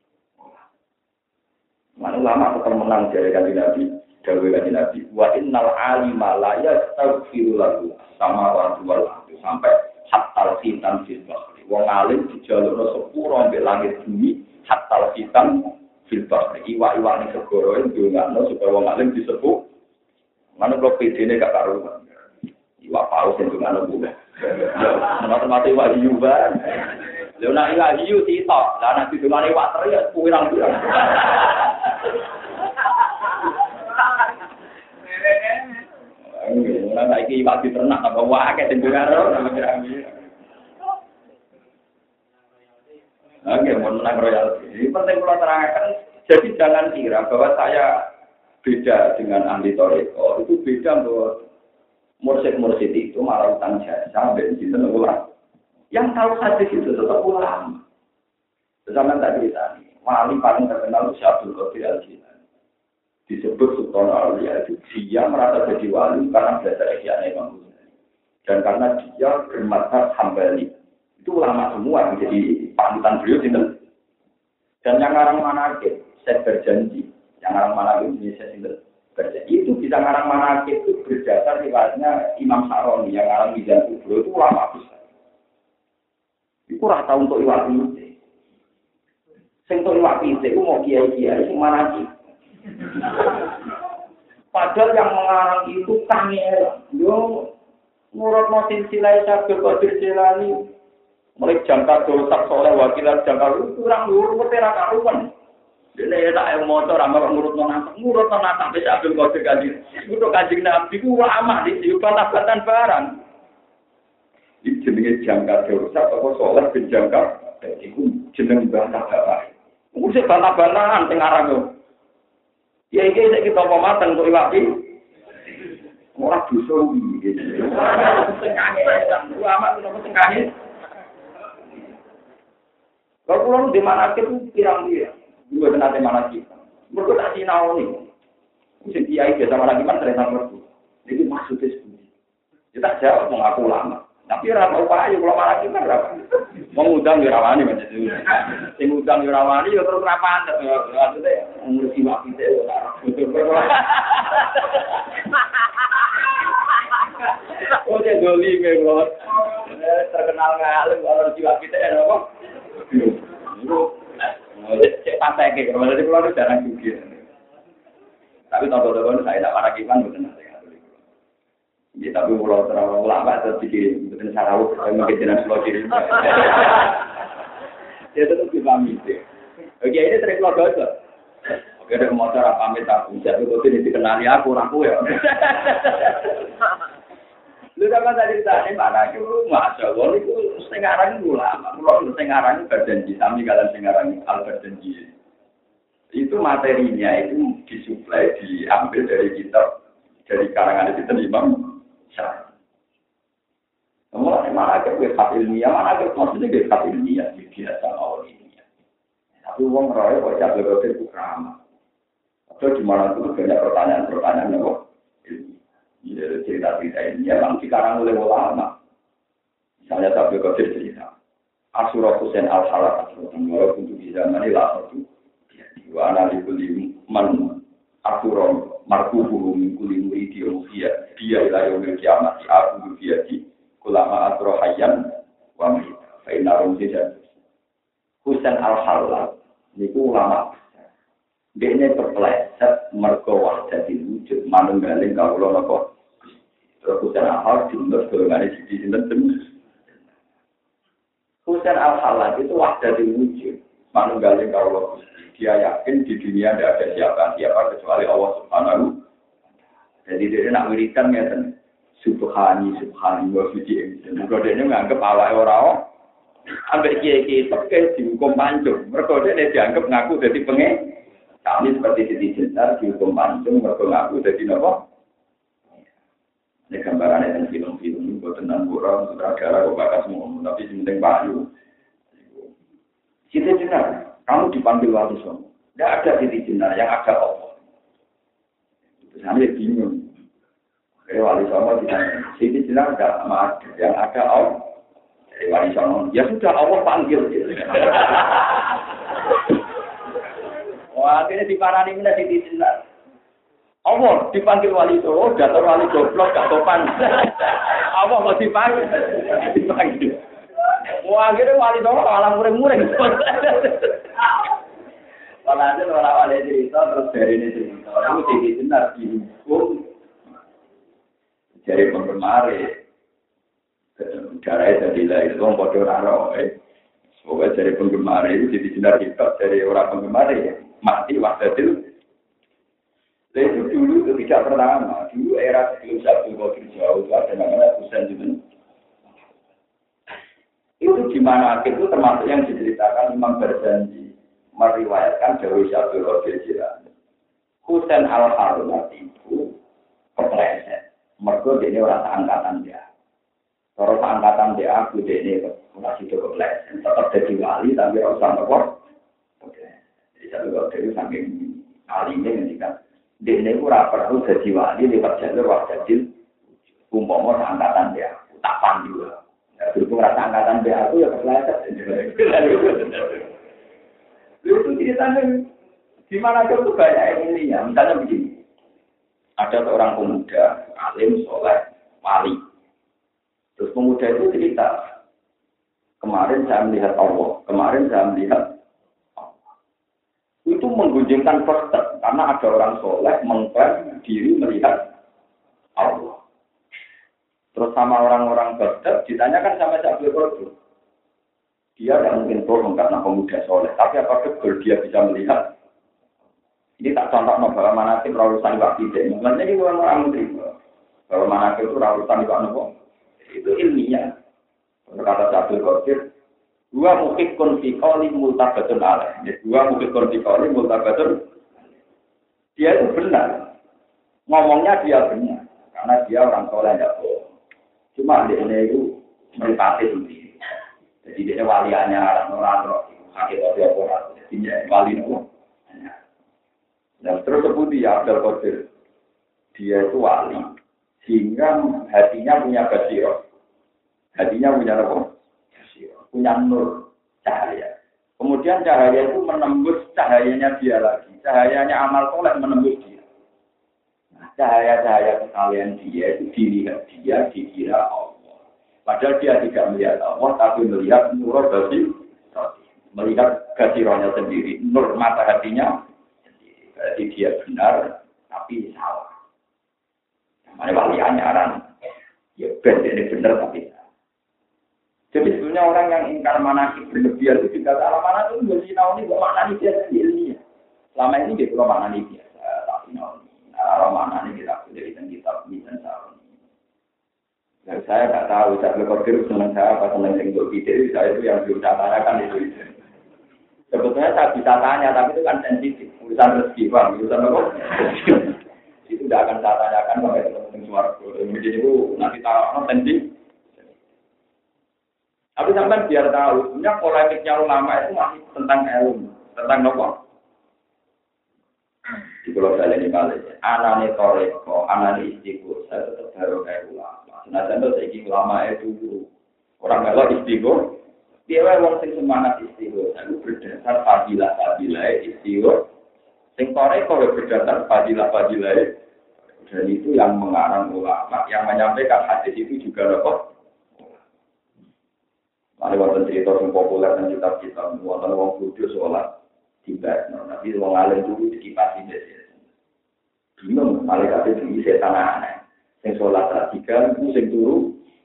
S2: Mana lama tetap menang dari Kanjeng Nabi, dawuh Kanjeng Nabi, wa innal alima la yastaghfiru lahu sama wal sampai hatta khitan fil bahri. Wong alim dijalukno sepuro mbek langit bumi hatta khitan fil bahri. Iwa-iwa ning segara ndongakno supaya wong alim disebut. Mana kok pedene gak karuan. Iwa paus yang juga nunggu. Mata-mata iwa hiu ban. Lalu nak iwa hiu titok. Lalu nanti cuma iwa teri ya kurang-kurang. Orang lagi iwa di ternak apa wae cenderung nama kira-kira. Oke, mau menang royalti. Ini penting kalau terangkan. Jadi jangan kira bahwa saya beda dengan ahli toriko. Itu beda bahwa mursyid-mursyid itu malah utang jasa sampai di sana ulama. Yang tahu hadis itu tetap ulama. Zaman tadi tadi, wali paling terkenal itu Abdul Qadir Al-Jilani. Disebut Sultan Aulia itu dia merasa jadi wali karena belajar Ihya Imam Ghazali. Dan karena dia bermadzhab Hambali. Itu ulama semua yang jadi panutan beliau itu. Dan yang ngarang manaqib, saya berjanji, yang ngarang manaqib ini saya sendiri. Itu bisa ngarang manaqib itu berdasar riwayatnya Imam Sa'roni yang ngarang Mizan Kubro itu ulama besar. Itu rata untuk iwak ini. Sing untuk iwak ini itu mau kiai-kiai sing manaqib. Padahal yang mengarang itu kangel. Yo nurut mosin silai Abdul Qadir Jilani. Mulai jangka dosa soleh wakilan jangka kurang luar petera karuan. Dene tak yang motor amar ngurut nonat wis Abdul Qadir Kanjeng. Kudu Kanjeng Nabi ku ulama di bantah-bantahan barang. Iki jenenge jangka dosa apa saleh ben jangka iku jeneng bantah-bantahan. Mesti bantah-bantahan sing aran yo. Ya iki sik kita apa mateng kok iwak iki. Ora dosa iki. Sing kangen ulama kuwi sing kangen. Kalau di mana itu pirang-pirang. Dua tenate mana kita. Mereka tak sinau ni. Mesti kiai biasa mana kita terasa merdu. Jadi maksudnya seperti. Kita jawab mengaku lama. Tapi ora upaya kula malah kita berapa. Mengundang yo rawani macam itu. Sing ngundang yo rawani yo terus ra pantes. Maksudnya ngurusi waktu itu ora. Oh, dia doli memang. Terkenal ngalem kalau jiwa kita ya apa? Cek pantai ke, kalau dari pulau itu jarang juga. Tapi tahun-tahun saya tidak marah kipan betul nanti. Ya tapi pulau terlalu lama terus dikirim betul sarawak mungkin jenis pulau kirim. Dia tetap dipahami. Oke ini sering pulau dosa. Oke ada motor pamit aku, jadi kau tidak dikenali aku ya. Lu sama tadi tadi mana itu masya Allah itu sekarang ulama, kalau sekarang berjanji, kami kalian sekarang al berjanji itu materinya itu disuplai diambil dari kitab dari karangan itu Imam Syafi'i. Semua mana ada kitab ilmiah, mana ada maksudnya kitab ilmiah biasa awal ilmiah. Tapi uang roy kok jadi berarti itu ramah. Atau di mana itu banyak pertanyaan-pertanyaan kok. Ya, cerita-cerita ini memang sekarang oleh ulama. Misalnya Sabtu Qadir cerita. Asyura Husain al-Halak Asyura untuk di zaman ini lah itu. Wa ana likuli man asyura markuhu min kulli muridi dia ila yaumil kiamat aku dia di ulama asyura hayyan wa mayit. Fa inna rumjida Husain al-Halak niku ulama. Dene terpeleset mergo wahdatil wujud manunggaling kawula napa Husain al-Halak diundur golongan di sinten tembus. Husain al-Halak itu wahdatil wujud manunggaling kawula dia yakin di dunia tidak ada siapa kecuali Allah Subhanahu. Jadi dia nak wiridan ngeten subhani wa suci. Mergo dene nganggep awake ora ambek kiye-kiye teke dihukum pancung. Mergo dene dianggap ngaku dadi pengen. Kami seperti Siti Jenar dihukum pancung mergo ngaku dadi napa? Ini gambarannya tentang film-film buat tentang orang sutradara kok bakas semua, tapi penting payu. Siti Jenar, kamu dipanggil wali songo. Tidak ada Siti Jenar yang ada Allah. Saya bingung. Oke, wali songo ditanya, Siti Jenar tidak ada, yang ada Allah. Jadi wali songo, ya sudah Allah panggil. Wah, akhirnya diparani mana Siti Jenar. Allah dipanggil wali songo, datar wali goblok gak topan. Allah mau dipanggil. Wah, akhirnya wali songo malah muring-muring. Walhasil orang wali cerita terus dari ini cerita. Itu Siti Jenar dihukum dari penggemar. Darahnya jadi lah itu orang bodoh raro. Semoga dari penggemar itu Siti Jenar kita dari orang penggemar mati waktu itu dulu itu tidak pertama. Dulu era sebelum Sabtu Qadir jauh itu ada namanya Husain juga. Itu di mana itu termasuk yang diceritakan Imam berjanji meriwayatkan Jawa Sabtu Qadir Jilani. Husain al-Halak itu kepleset. Mergo dene ora angkatan dia. Kalau angkatan dia aku dene masih cukup kepleset. Tetap jadi wali tapi ora usah nopo. Oke. Jadi Sabtu Qadir saking alimnya ngendikan dene ora perlu dadi wali lewat jalur wajib umpama angkatan dia tak pandu. Ya berhubung rasa angkatan dia aku ya kepleset. Itu ceritanya di mana itu banyak yang ini ya. Misalnya begini. Ada seorang pemuda alim soleh wali. Terus pemuda itu cerita, kemarin saya melihat Allah, kemarin saya melihat itu menggunjingkan perset karena ada orang soleh mengklaim diri melihat Allah. Terus sama orang-orang Baghdad ditanyakan sama Sabtu Qadir. Dia tidak mungkin bohong karena pemuda soleh, tapi apa betul dia bisa melihat? Ini tak contoh bahwa manakib rawusan iwak tidak. Maksudnya ini orang menerima bahwa manakib itu rawusan iwak nopo. Itu ilmiah. Kata Sabtu Qadir. Dua mukik konfikoli multabatun alaih. Dua mukik konfikoli multabatun. Dia itu benar. Ngomongnya dia benar. Karena dia orang soleh tidak bohong. Cuma dia itu meripati sendiri. Jadi dia waliannya orang-orang. Sakit orang-orang. Jadi dia wali itu. Dan terus sebut dia Abdul Qadir. Dia itu wali. Sehingga hatinya punya basirah. Hatinya punya apa? Basirah. Punya nur, cahaya. Kemudian cahaya itu menembus cahayanya dia lagi. Cahayanya amal soleh menembus dia. Nah, cahaya-cahaya kesalahan dia itu dilihat dia, dikira Allah. Padahal dia tidak melihat Allah, tapi melihat nur basirah. Melihat basirahnya sendiri. Nur mata hatinya sendiri. Berarti dia benar, tapi salah. Mana wali anyaran, ya benar ini benar tapi salah. Jadi sebenarnya orang yang ingkar manakib berlebihan itu juga salah mana itu nggak tahu nih mana nih biasa ilmiah. Selama ini dia belum mana nih biasa tapi nalar mana nih kita dari kitab dan salah. Dan saya nggak tahu saya berpikir senang saya apa senang yang video saya itu yang belum saya tanyakan itu. Sebetulnya saya bisa tanya tapi itu kan sensitif urusan rezeki bang urusan apa? Itu tidak akan saya tanyakan sampai teman-teman suara. Jadi itu nanti taruh penting. Tapi sampai biar tahu, sebenarnya polemiknya ulama itu masih tentang ilmu, tentang nopo. Di Pulau Bali ini balik, anane toreko, anane istiqo, saya tetap baru kayak ulama. Senajan itu saya ulama itu orang melok istiqo, dia orang sing semangat istiqo, saya berdasar fadilah istiqo. Sing toreko berdasar fadilah. Dan itu yang mengarang ulama, yang menyampaikan hadis itu juga nopo. Ada wonten cerita yang populer dan kitab-kitab wonten wong kudu sholat tiba, tapi wong alim dulu dikipasi desa. Bingung, malaikat itu setan aneh. Yang sholat tiga, itu yang turu.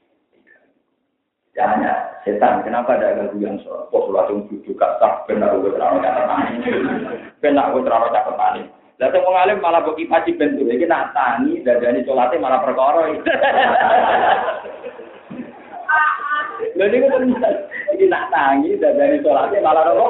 S2: Jangan setan, kenapa ada gangguan sholat? Kok sholat yang duduk kasar, benar gue terlalu cakep tani. Lalu wong alim malah berkipasi bentuk, ini nak tani, dadani sholatnya malah perkara. Jadi itu ternyata ini nak tangi dan dari sholatnya malah apa?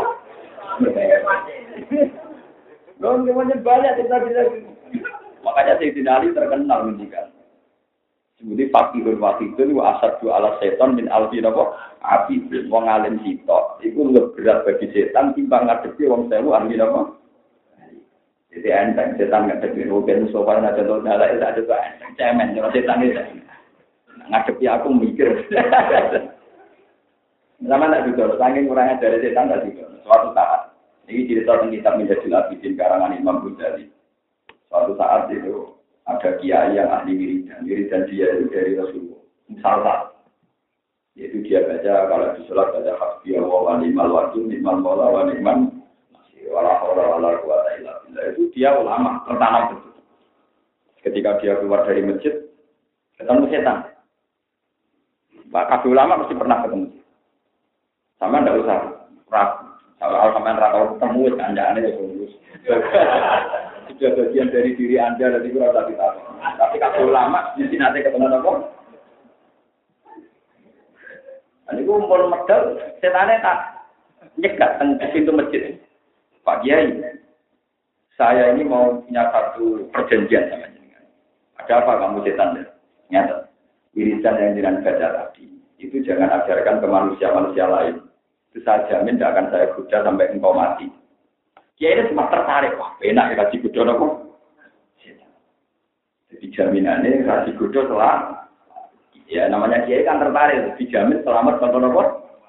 S2: Belum kemudian banyak kita bisa. Makanya Sayyidina Ali terkenal mendikan. Sebuti fakihun wa asadu ala setan min alfi apa? Abidun wong alim sitok. Itu lebih berat bagi setan timbang ngadepi wong sewu ahli apa? Jadi enteng setan ngadepi rogen sopan aja to nalak itu ada enteng cemen kalau setan itu. Ngadepi aku mikir. Sama tak juga, saking kurangnya dari setan tak juga. Suatu saat, ini cerita tentang kitab Minhajul Abidin karangan Imam Ghazali. Suatu saat itu ada kiai yang ahli wiridan dia itu dari Rasulullah. Misalnya, yaitu dia baca kalau di sholat baca hasbiyallah wa ni'mal wakil, ni'mal mawla wa ni'man nasir, wala haula wala quwwata illa billah. Itu dia ulama tertanam betul. Ketika dia keluar dari masjid, ketemu setan. Kabeh ulama mesti pernah ketemu. Sama ndak usah ragu. Kalau sampean ra tau ketemu kandhane ya lulus. Sudah bagian dari diri Anda dan itu harus ditahu. Tapi kalau ulama mesti nanti ketemu apa? Ini ku mau medal setane tak nyegat teng pintu masjid. Pak Kiai, saya ini mau punya satu perjanjian sama jenengan. Ada apa kamu setan? Nyata. Wiridan yang jenengan baca tadi itu jangan ajarkan ke manusia-manusia lain. Itu saya jamin tidak akan saya goda sampai engkau mati. Kiai ini cuma tertarik, wah enak ya kasih goda apa? Jadi jaminannya kasih goda setelah, ya namanya kiai kan tertarik, dijamin selamat contoh apa?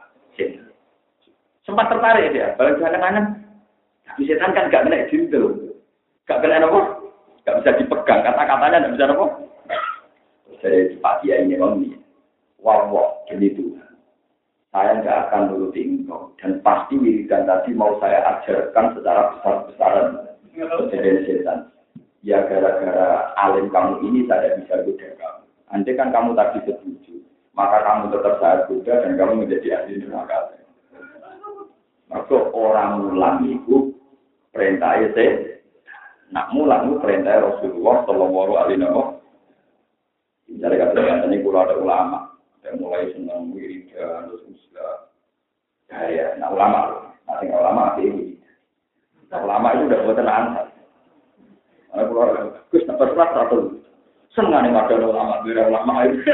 S2: Sempat tertarik dia, balik ke kanan. Tapi setan kan gak kena jintel, gak kena apa? Gak bisa dipegang, kata-katanya gak bisa apa? Jadi Pak Kiai ini ngomong, wah jadi itu. Saya tidak akan menuruti engkau. Dan pasti wiridan tadi mau saya ajarkan secara besar-besaran. Jadi setan. Ya gara-gara alim kamu ini saya bisa goda kamu. Andai kan kamu tadi setuju. Maka kamu tetap saya goda dan kamu menjadi ahli neraka. Maka orang mulang itu perintah itu. Nak mulang itu perintah Rasulullah Sallallahu Alaihi Wasallam. Jadi kata-kata ini kalau ada ulama. Yang mulai senang wiridan, terus uslah. Ya, nah ulama, nanti ulama ini. Ulama itu udah buat tenang. Kalau keluar, Gus dapat surat atau senang nih ada ulama, biar ulama itu.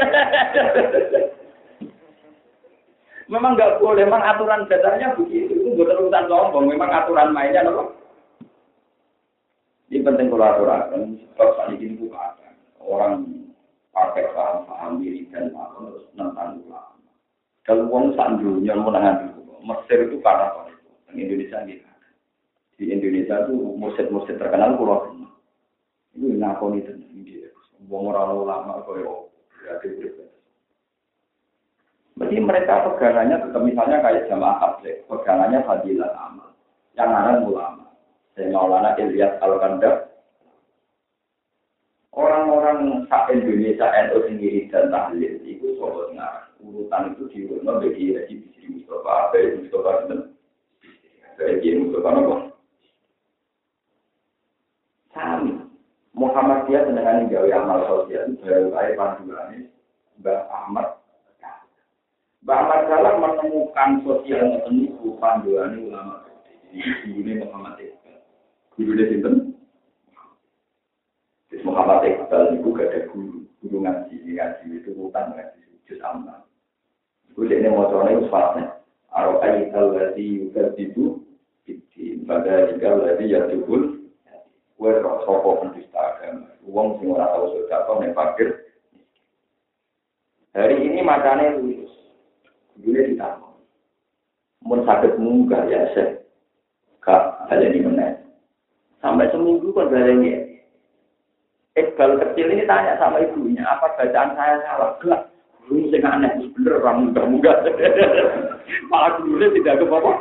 S2: Memang nggak boleh, memang aturan dasarnya begitu. Itu bukan urusan sombong, memang aturan mainnya loh. Ini penting kalau aturan, sebab saat ini bukan orang pakai paham wiridan malah terus nentang ulama. Kalau wong sak dunya menangan itu, Mesir itu karena apa itu? Di Indonesia gitu. Di Indonesia itu mursyid terkenal pulau semua. Itu ngakoni tenan dia. Wong ora ulama koyo berarti berbeda. Jadi mereka pegangannya tetap misalnya kayak jamaah tabligh, pegangannya fadilah amal. Yang ada ulama. Saya Maulana Ilyas Al-Kandar. Orang-orang sak Indonesia NU sendiri dan tahlil itu soal ngarang. Urutan itu diurutkan bagi Haji Bisri Mustafa, Haji Mustafa dan Haji Mustafa Nopo. Sami. Muhammadiyah dengan gawe amal sosial itu baru kaya panduannya Mbak Ahmad. Mbak Ahmad Salah menemukan sosial itu panduannya ulama. Jadi gurunya Muhammad Iqbal. Gurunya sinten? Muhammad Iqbal itu gak ada guru ngaji itu rutan ngaji juz amal. Itu dia motornya itu sepatnya. Aro'ayikal ladhi yukadzibu biddin. Badalika ladhi yadubul. Kue sopo pendusta agama. Uang sing ora tau sedekah nek fakir. Hari ini makanya lulus. Dulu ditambah. Mun saged munggah ya Syekh. Kak baleni meneh. Sampai seminggu kan baleni. Iqbal kecil ini tanya sama ibunya, apa bacaan saya salah? Gelap. Guru sing aneh, bener orang muda-muda. Malah gurunya tidak apa-apa.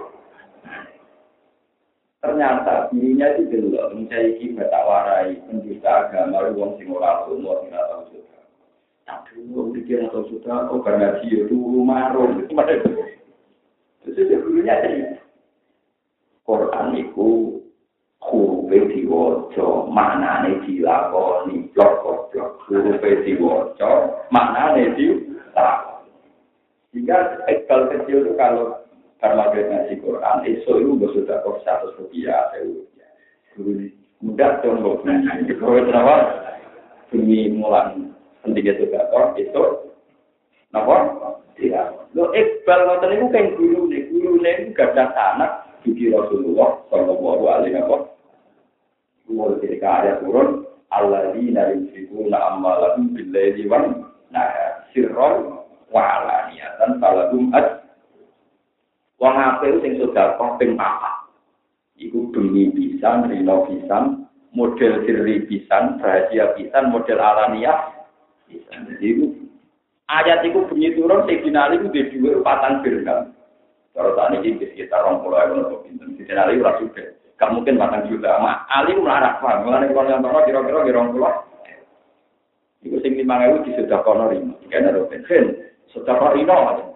S2: Ternyata dirinya itu delok mencari kibat warai pendusta agama wong sing ora umur ora tau sudah. Tapi wong dikira tau sudah, oh karena dia itu marung. Terus gurunya cerita. Quran itu hurufe diwaca, maknane dilakoni, blok-blok. Hurufe diwaca, maknane dilakoni. Jika Iqbal kecil itu kalau terlambat ngaji Quran, esok itu sudah kok 100 rupiah, guru mudah contoh ngaji. Kalau kenapa? Demi mulan pentingnya sudah kok, esok kenapa? Tidak. Lo Iqbal ngoten niku kan gurune itu gadah anak Bagi Rasulullah Sallallahu Alaihi Wasallam. Mulai ketika ayat turun, alladzina yunfiquna amwalahum bil-laili wan-nahar sirran wa alaniyatan falahum ajr. Wong apik sing sedekah ping 4. Iku demi pisan, rino pisan, model sirri pisan, rahasia pisan, model alaniyah pisan. Jadi ayat iku bunyi turun Sayyidina Ali ku dhewe 4 dirham. Kalau tadi ini sekitar 20.000 untuk pinter, di sini Ali ora juga. Gak mungkin 4 juta. Ali melarat paham. Mengenai kalau yang tono kira-kira 20. Itu sing 5.000 di sudah kono rino. Karena Robinson sudah rino.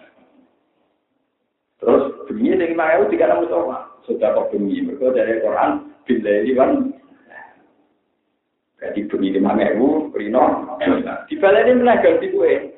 S2: Terus bunyi sing 5.000 jika namun sama. Sudah kok bunyi. Mereka dari Quran billahi wan. Jadi bunyi 5.000 rino. Dibaleni meneh ganti kue.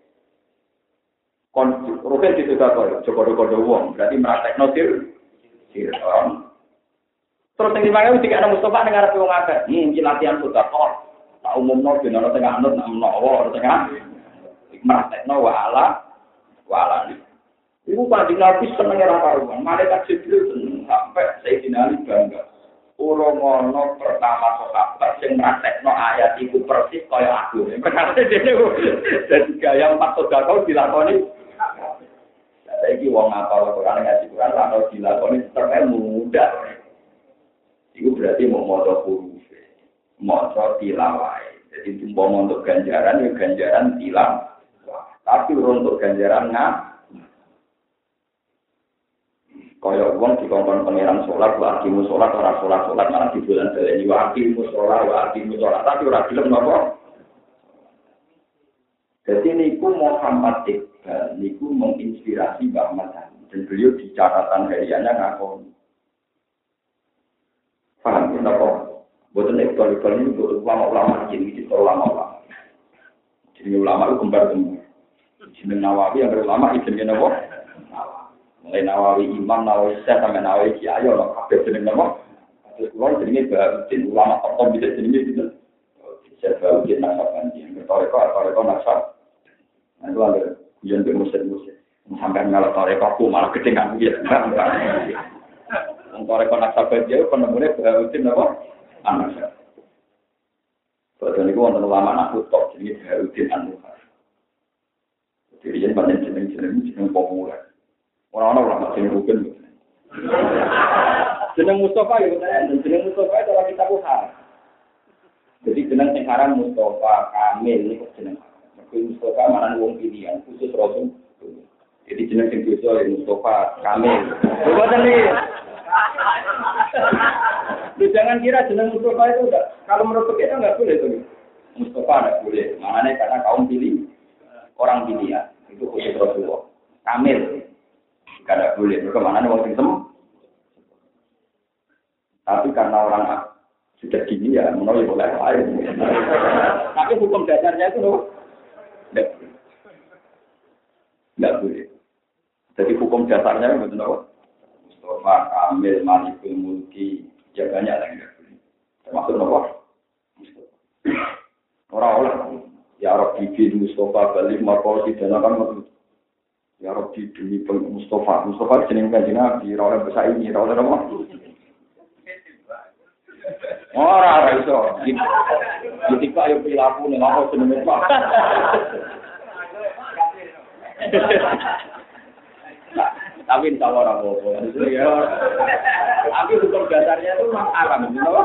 S2: Rugen disudah kok, coba-coba wong, berarti meraktekno sirron. Terus yang dimana ketika ada Mustafa dengar wong akeh, iki latihan sudah kok. Tak umumno ben ana tengah anut nak menawa ana tengah meraktekno wala. Iku panjang Nabi seneng ora karuan, malaikat Jibril seneng sampai Sayyidina Ali bangga. Ora ngono pertama sahabat sing praktekno ayat iku persis kaya aku. Perkara dene dadi gaya 4 sedekah dilakoni. Saiki wong apal Quran ngaji Quran ora dilakoni terus mudah. Iku berarti mau maca huruf. Maca tilawah. Jadi umpama untuk ganjaran ya ganjaran tilawah. Tapi untuk ganjaran kaya wong dikongkon pangeran salat wa aqimu salat ora salat malah di bulan baleni wa aqimu salat tapi ora gelem napa. Jadi niku Muhammad Iqbal niku menginspirasi Mbah Ahmad dan beliau di catatan hariannya ngakoni. Paham ya napa? Boten Iqbal ini untuk ulama-ulama jadi ulama-ulama. Jadi ulama itu kembar-kembar. Jeneng Nawawi yang berulama jenenge napa? Mulai Nawawi Imam, Nawawi Syekh, sampai Nawawi Kiai, orang kabeh jeneng nama. Terus kalau jenenge Bahuddin, ulama top bisa jenenge gitu. Syekh Bahuddin Nasabanji, Toreko Nasab. Nah itu ada kuyon bermusik-musik. Sampai ngalor Toreko, malah gede nggak mungkin. Toreko Nasabanji itu penemunya Bahuddin apa? Nasab. Soalnya itu wonten ulama nak top, jenenge Baharudin An-Nuhar. Jadi yen pancen jeneng populer. Orang-orang jeneng Ruben. Jeneng Mustafa ya bener, jeneng Mustafa itu ora kita buhar. Jadi jeneng sing haram Mustafa Kamil niku jeneng. Mergo Mustafa marang wong pilihan khusus Rasul. Jadi jeneng sing dosa ya Mustafa Kamil. Boten iki. Lu jangan kira jeneng Mustafa itu enggak. Kalau menurut kita enggak boleh itu. Mustafa enggak boleh. Maknanya karena kaum pilih orang pilihan. Itu khusus Rasulullah. Kamil. Enggak boleh. Mereka maknanya wong sing tapi karena orang sudah gini ya, menolak boleh lain. Tapi hukum dasarnya itu loh, enggak boleh. Jadi hukum dasarnya betul loh. Mustafa Kamil Malikul Mulki, ya banyak lagi enggak boleh. Termasuk loh. Orang-orang ya Rabbi bin Mustafa balik makosi dan akan ya Rabbi demi Mustafa. Mustafa jeneng kanjeng Nabi, ora besar ini, ora apa. Ora iso. Iki kok ayo pilaku ning apa jenenge Pak. Tapi insyaallah ora apa-apa. Tapi hukum dasarnya itu memang haram, gitu.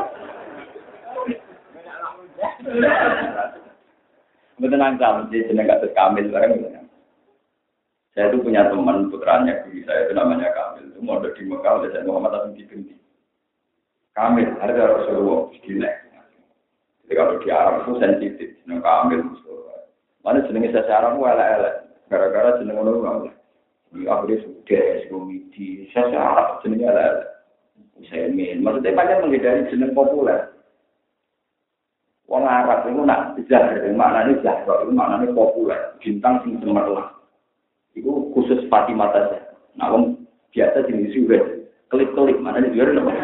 S2: Betul nangkap, jadi jeneng kasus Kamil bareng gitu. Saya itu punya teman putranya guru saya itu namanya Kamil. Itu mondok di Mekah oleh Sayyidina Muhammad binti. Kamil, harga Rasulullah gila. Jadi kalau di Arab itu sensitif, jeneng Kamil Mustafa. Mana jenenge saya Arab elek-elek, gara-gara jeneng ngono wae. Di akhirnya sudah komedi, saya Arab jenenge elek-elek. Saya ingin, maksudnya banyak menghindari jeneng populer. Wong Arab itu nak Zahra, maknanya Zahra, itu maknanya populer, bintang sing cemerlang. Itu khusus Fatimah saja. Nah, wong biasa jenis juga. Kelip-kelip, mana ini juga ada.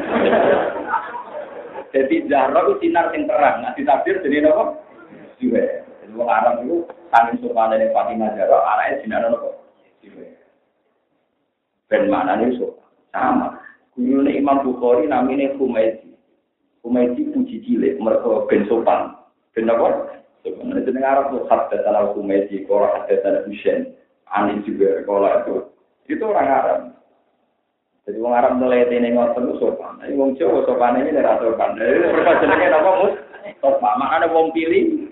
S2: Jadi Zahra itu sinar yang terang, nah ditabir jadi apa? Juga. Jadi orang Arab itu tangin sopan dari Fatimah Zahra, arahnya sinar apa? Juga. Dan mana ini sopan? Sama. Gurunya Imam Bukhari namanya Humaydi. Humaydi puji cilik, mereka ben sopan. Ben apa? Sopan. Jadi Arab itu hadda tanah Humaydi, kalau hadda tanah Hussein, Ani juga, kalau itu orang Arab. Jadi wong Arab neliti ning ngoten sopan. Nek wong Jawa sopan iki ora sopan. Mergo jenenge napa Mus? Sopan. Makane wong pilih.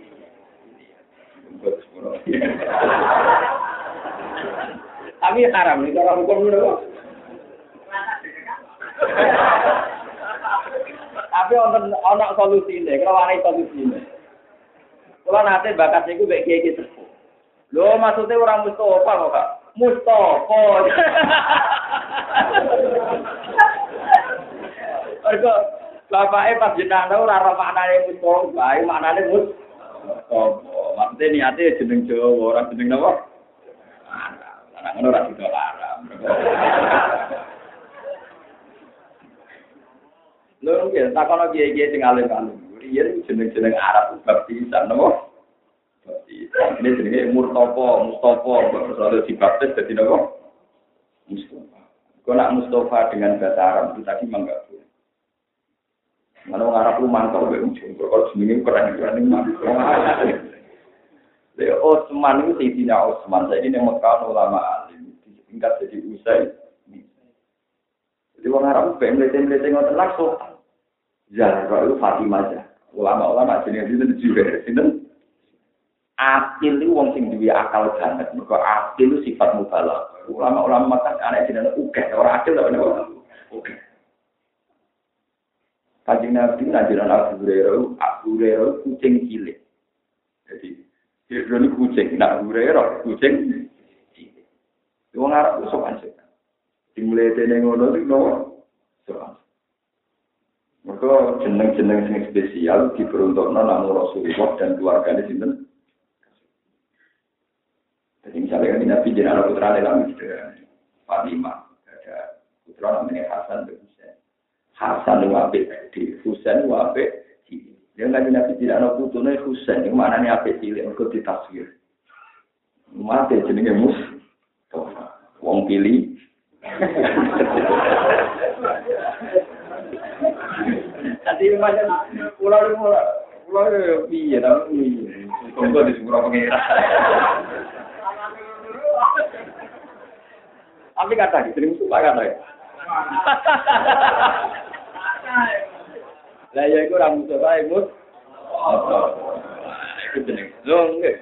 S2: Tapi haram iki ora hukum lho. Tapi ana solusine, kalau ana solusine. Kula nate bakat niku mek kiye-kiye sepuh. Lho maksudnya orang Mustafa kok, Kak? Mustafa. Mergo bapake pas jenenge ora ora maknane Mustafa, ae maknane Mustafa. Maksudnya niate jeneng Jawa, ora jeneng napa? Ana ngono ora sida larang. Lho nggih, takono kiye-kiye sing alim-alim. Riyen jeneng-jeneng Arab baptisan napa? Baptisan. Ini jenenge Mustafa, kalau dibaptis dadi napa? Mustafa. Kalau nak Mustafa dengan bahasa Arab itu tadi memang enggak boleh. Mana orang Arab lu mantau be ujung. Kalau seminggu keren mantau. Leo Osman itu Sayyidina Osman. Saya ini Mekah ulama alim. Tingkat jadi usai. Jadi orang Arab be melete-melete ngoten langsung. Zahra itu Fatimah aja. Ulama-ulama jenis itu juga sinten. Akil itu wong sing duwe akal banget. Mergo akil itu sifat mubalagh. Ulama-ulama kan anak jenenge ukeh, ora akil ta napa? Ukeh. Kanjeng Nabi ngajaran Abu Hurairah kucing cilik. Jadi dia kucing, nak Abu Hurairah kucing cilik. Wong Arab sopan sih. Dimulai dari ngono itu sopan. Mereka jeneng-jeneng sing spesial diperuntukkan namun Rasulullah dan keluarganya sinten. Jadi misalnya kan Nabi jeneng anak putra dalam Fatimah, ada putra namanya Hasan bin Husain. Hasan wabe di Husain wabe cilik. Dia kan Nabi tidak anak putranya Husain, yang mana nih ape cilik mereka ditaswir. Mate jenenge Mustafa, wong pilih. Tadi macam pulau piye tapi Kongko di sepuro pengira. Tapi kata sering suka kata ya. Lah ya iku ra musuh wae, Mus. Iku jeneng zong nggih.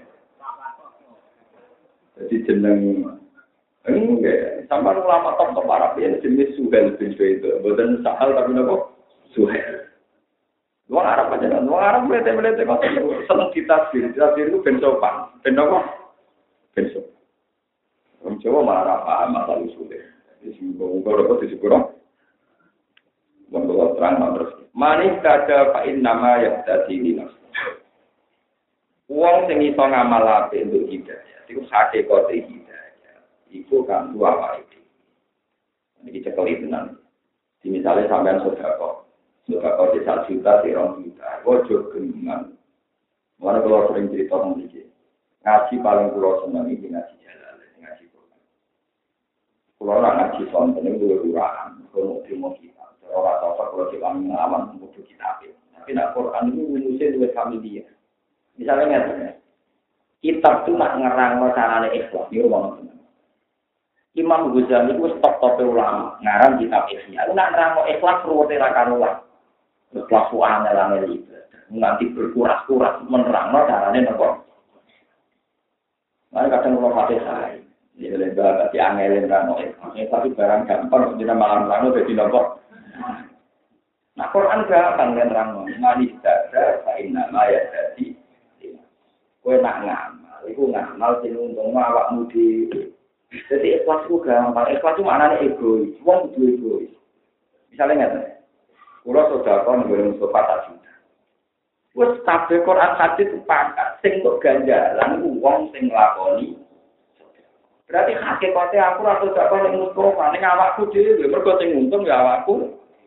S2: Jadi jeneng enggak, sampai ulama top Arab ya jenis Suhail bin Suhail, bukan Sahal tapi nopo Suhail. Wong Arab aja kan, wong Arab melete kok seneng ditafsir itu ben sopan, ben nopo? Ben sopan. Wong Jawa malah paham masalah usulnya. Jadi sing kok disepuro. Wong terang terus. Manis kada fa inna ya tadi linas. Wong sing iso ngamal apik untuk hidayah, iku hakikate hidayah. Iku kan dua wae. Ini cekeli tenan. Di misalnya sampean sedekah di 1 juta, 2 juta. Ojo gengan. Mana kalau sering cerita begini. Ngaji paling kulo seneng iki ngaji jalan, ngaji Quran. Kulo ora ngaji sonten itu lurahan, kulo mau kita. Ora tau kulo dipanggil ngalaman buku kitab. Tapi nek Quran itu nulisnya duwe familia. Misalnya ngene. Kitab itu nak ngerangno carane ikhlas, niku wong Imam Ghazali itu top ulama, ngarang kitab Ihya. Aku nak nerangno ikhlas ruwete ra karuan. Ikhlas wae angel iki. Nganti berkuras-kuras menerangno carane nopo. Mari kadang kula Fatihah. Ya lembaga dadi angel nerangno ikhlas. Tapi barang gampang jeneng malam nerangno dadi nopo. Nah, Quran gampang kan nerangno. Manis dada fa inna ma ya dadi. Kowe nak ngamal, iku ngamal sing untungno awakmu dhewe. Jadi ikhlas itu gampang. Ikhlas itu maknanya egois. Wong kudu egois. Misalnya nggak, kalau saudara nggolong sofa tak juta. Wes kabeh Quran hadis sepakat. Sing kok ganjalan wong sing nglakoni. Berarti hakikate aku ora saudara ning Mustafa, ning awakku dhewe. Mergo sing untung ya awakku.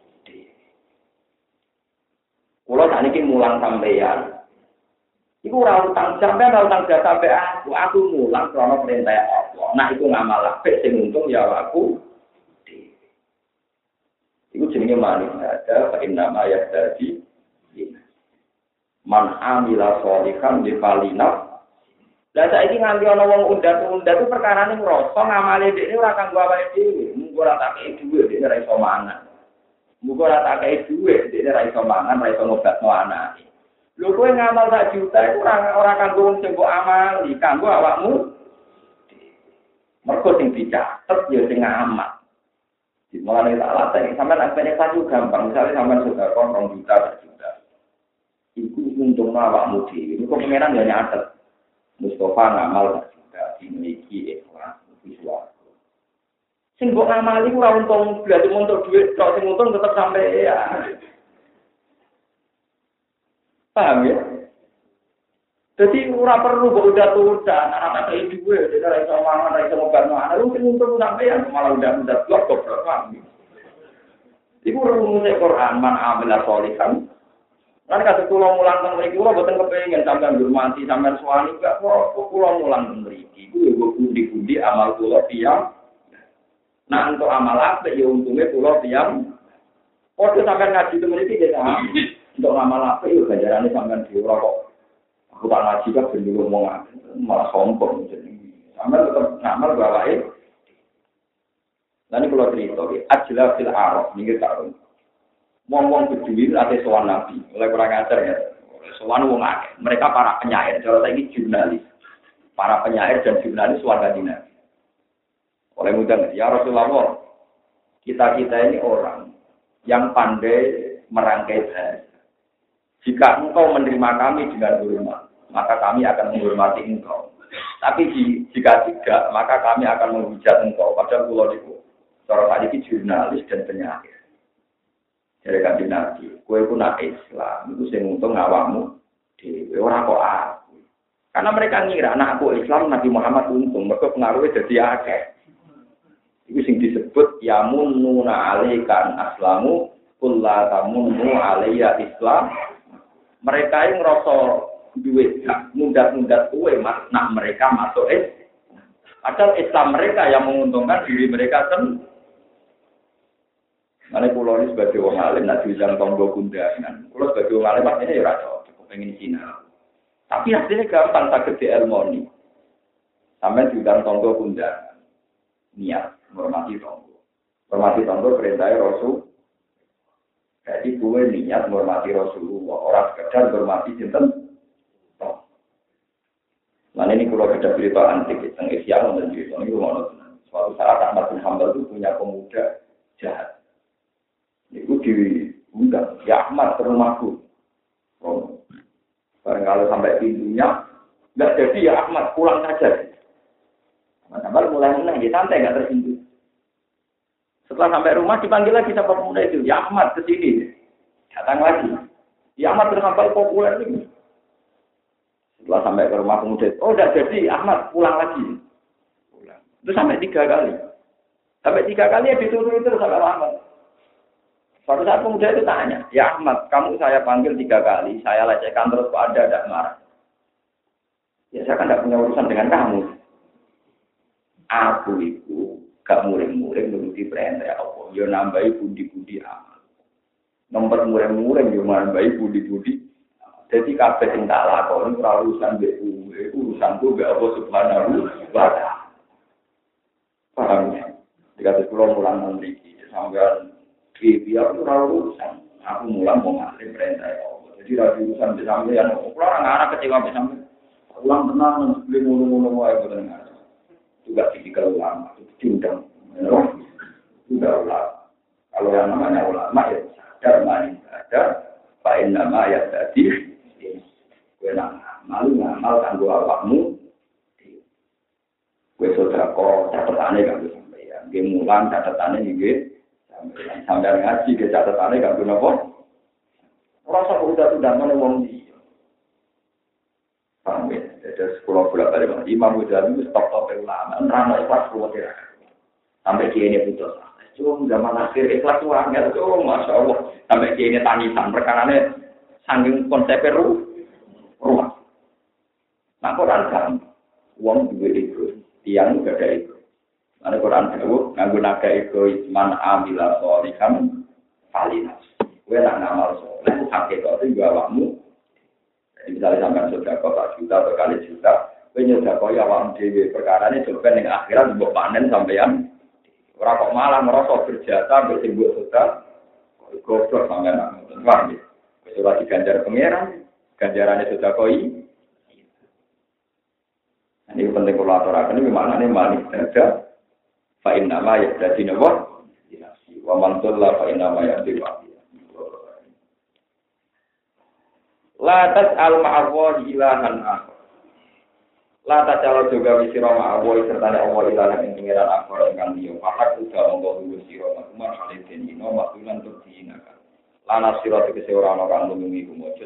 S2: Kulo sakniki mulang sampeyan. Iku ora utang sampean ora utang jasa sampe aku mulang krana perintah Allah. Nah iku ngamal apik sing untung ya aku. Iku jenenge manis ada fa inna ma yahtadi. Man amila sholihan di falina. Lah saiki nganti ana wong undat-undat itu perkarane ngrasa ngamale dhekne ora kanggo awake dhewe. Munggo ora tak kei dhuwit dhekne ora iso mangan. Munggo ora tak kei dhuwit dhekne ora iso mangan, ora iso ngobatno anake. Lho kowe ngamal 1 juta itu ora kanggo wong sing mbok amali, kanggo awakmu. Mergo sing dicatet ya sing ngamal. Dimulai tak latih, sampean aspek satu gampang, misalnya sampean sudah 2 juta, 1 juta. Iku untung awakmu dhewe. Iku pengenan ya nyatet. Mustafa ngamal 1 juta, dimiliki ikhlas visual. Sing mbok ngamali ora untung berarti untuk duit, tok sing untung tetep sampai ya. Paham ya? Jadi ora perlu kok udah tudan, anak kayak duwe, jadi ora iso mangan, ora iso ngobatno anak, lu sing untung sampean malah udah blok kok paham. Iku rumusé Quran man amila sholihan. Kan kata kula mulang teng mriki kula boten kepengin sampean ngurmati sampean suwani gak kok kula mulang teng mriki. Iku yo pundi-pundi amal kula tiyang. Nah untuk amal apik ya untunge kula tiyang. Kok sampean ngaji teng mriki ya untuk amal apik yo ganjarane sampean dhewe ora kok. Aku tak ngaji kan ben ngomong malah sombong jenenge. Sampeyan tetep ngamal bawae. Lah niku kula crito iki ajla fil araf niki tak. Wong-wong beduwi ate sowan nabi, oleh kurang ajar ya. Sowan wong akeh. Mereka para penyair, cara saiki jurnalis. Para penyair dan jurnalis warga Nabi. Oleh mudah ya Rasulullah. Kita ini orang yang pandai merangkai bahasa. Jika engkau menerima kami dengan hormat, maka kami akan menghormati engkau. Tapi jika tidak, maka kami akan menghujat engkau. Padahal kula niku cara tadi jurnalis dan penyair. Jadi kanjeng Nabi, kowe iku nak Islam, iku sing untung awakmu dhewe ora kok aku. Karena mereka ngira anak aku Islam Nabi Muhammad untung, mergo pengaruhe dadi akeh. Iku sing disebut yamununa alaikan aslamu kullatamunnu alayya Islam. Mereka yang ngerasa duit mundat-mundat kue nak mereka masuk padahal Islam mereka yang menguntungkan diri mereka sendiri. Mana pulau ini sebagai orang alim nak diulang tombol kundangan. Pulau sebagai orang alim artinya ya rasa pengen Cina. Tapi hasilnya gampang tak gede elmoni. Sampai diundang tonggo kundangan. Niat menghormati tonggo. Menghormati tonggo perintah Rasul. Jadi gue niat menghormati Rasulullah. Orang sekedar menghormati jinten. Nah ini kalau ada cerita antik tentang Islam dan cerita ini suatu saat Ahmad bin Hanbal itu punya pemuda jahat. Itu diundang, ya Ahmad ke rumahku. Oh. Kalau sampai pintunya, nggak jadi ya Ahmad pulang saja. Ahmad Hanbal mulai menang, dia santai nggak tersinggung. Setelah sampai rumah dipanggil lagi sama pemuda itu, ya Ahmad ke sini. Datang lagi. Ya Ahmad bin Hanbal populer ini. Setelah sampai ke rumah pemuda, oh udah jadi Ahmad pulang lagi. Pulang. Itu sampai 3 kali. Sampai 3 kali ya dituruh terus sampai Ahmad. Suatu saat pemuda itu tanya, ya Ahmad, kamu saya panggil 3 kali, saya lecehkan terus kok Anda tidak marah. Ya saya kan tidak punya urusan dengan kamu. Aku itu gak muring-muring menuruti perintah Allah. Ya nambahi budi-budi amal. Nomor muring-muring ya nambahi budi-budi. Jadi kabeh sing tak lakoni ora urusan mbek kuwe, urusanku mbek Allah Subhanahu wa taala. Paham ya? Dikatakan kula mulang mriki sampeyan biar ora urusan. Aku mulang mau ngalih perintah Allah. Jadi ra urusan mbek sampeyan. Kula ora anak kecewa mbek sampeyan. Ulang tenang sebelum ngono-ngono wae boten ngarep. Juga tipikal ulama, diundang. Sudah ulama. Kalau yang namanya ulama ya sadar mani sadar, paling nama ya tadi. Gue ngamal kanggo awakmu. Gue sedekah catatane kanggo sampeyan. Gue mulang catatane iki sampeyan ngaji ke catatane kanggo napa? Ora usah udah mana wong iki. Paham ya? Jadi sekolah balik Imam Ghazali itu top ulama. Rano ikhlas kuwatir. Sampai dia ini putus. Cuma zaman akhir ikhlas itu angel. Masya Allah. Sampai dia ini tangisan. Perkaranya saking konsepnya ruang. Nah, Quran kan, uang juga ego, tiang juga ada ego. Mana Quran jauh, nganggo naga ego, man amila solihan, falinas. Gue nak ngamal soleh, sakit itu juga awakmu. Jadi misalnya sampai sudah kau 4 juta berkali juta, gue nyudah kau ya awam dewi perkara ini coba yang akhirat buat panen sampeyan. Orang kok malah merosot berjata, bersimbol sudah, goblok sampeyan nak tentuan gitu. Sudah diganjar pengeran. Ganjarannya sudah koi. Ini penting kalau aturakan ini maknanya manik dada. Fa'in nama ya dadi nawa. Wa mantulah fa'in nama ya diwakil. La tas'al ma'awahi ilahan akhir. La tas'al juga wisiro ma'awahi serta Allah ilahan yang pengiran akhir dengan dia. Fahak sudah mengkohu wisiro ma'umar halidin ino maktulan untuk dihinakan. Lana sirah tegesi orang-orang melindungi kumojo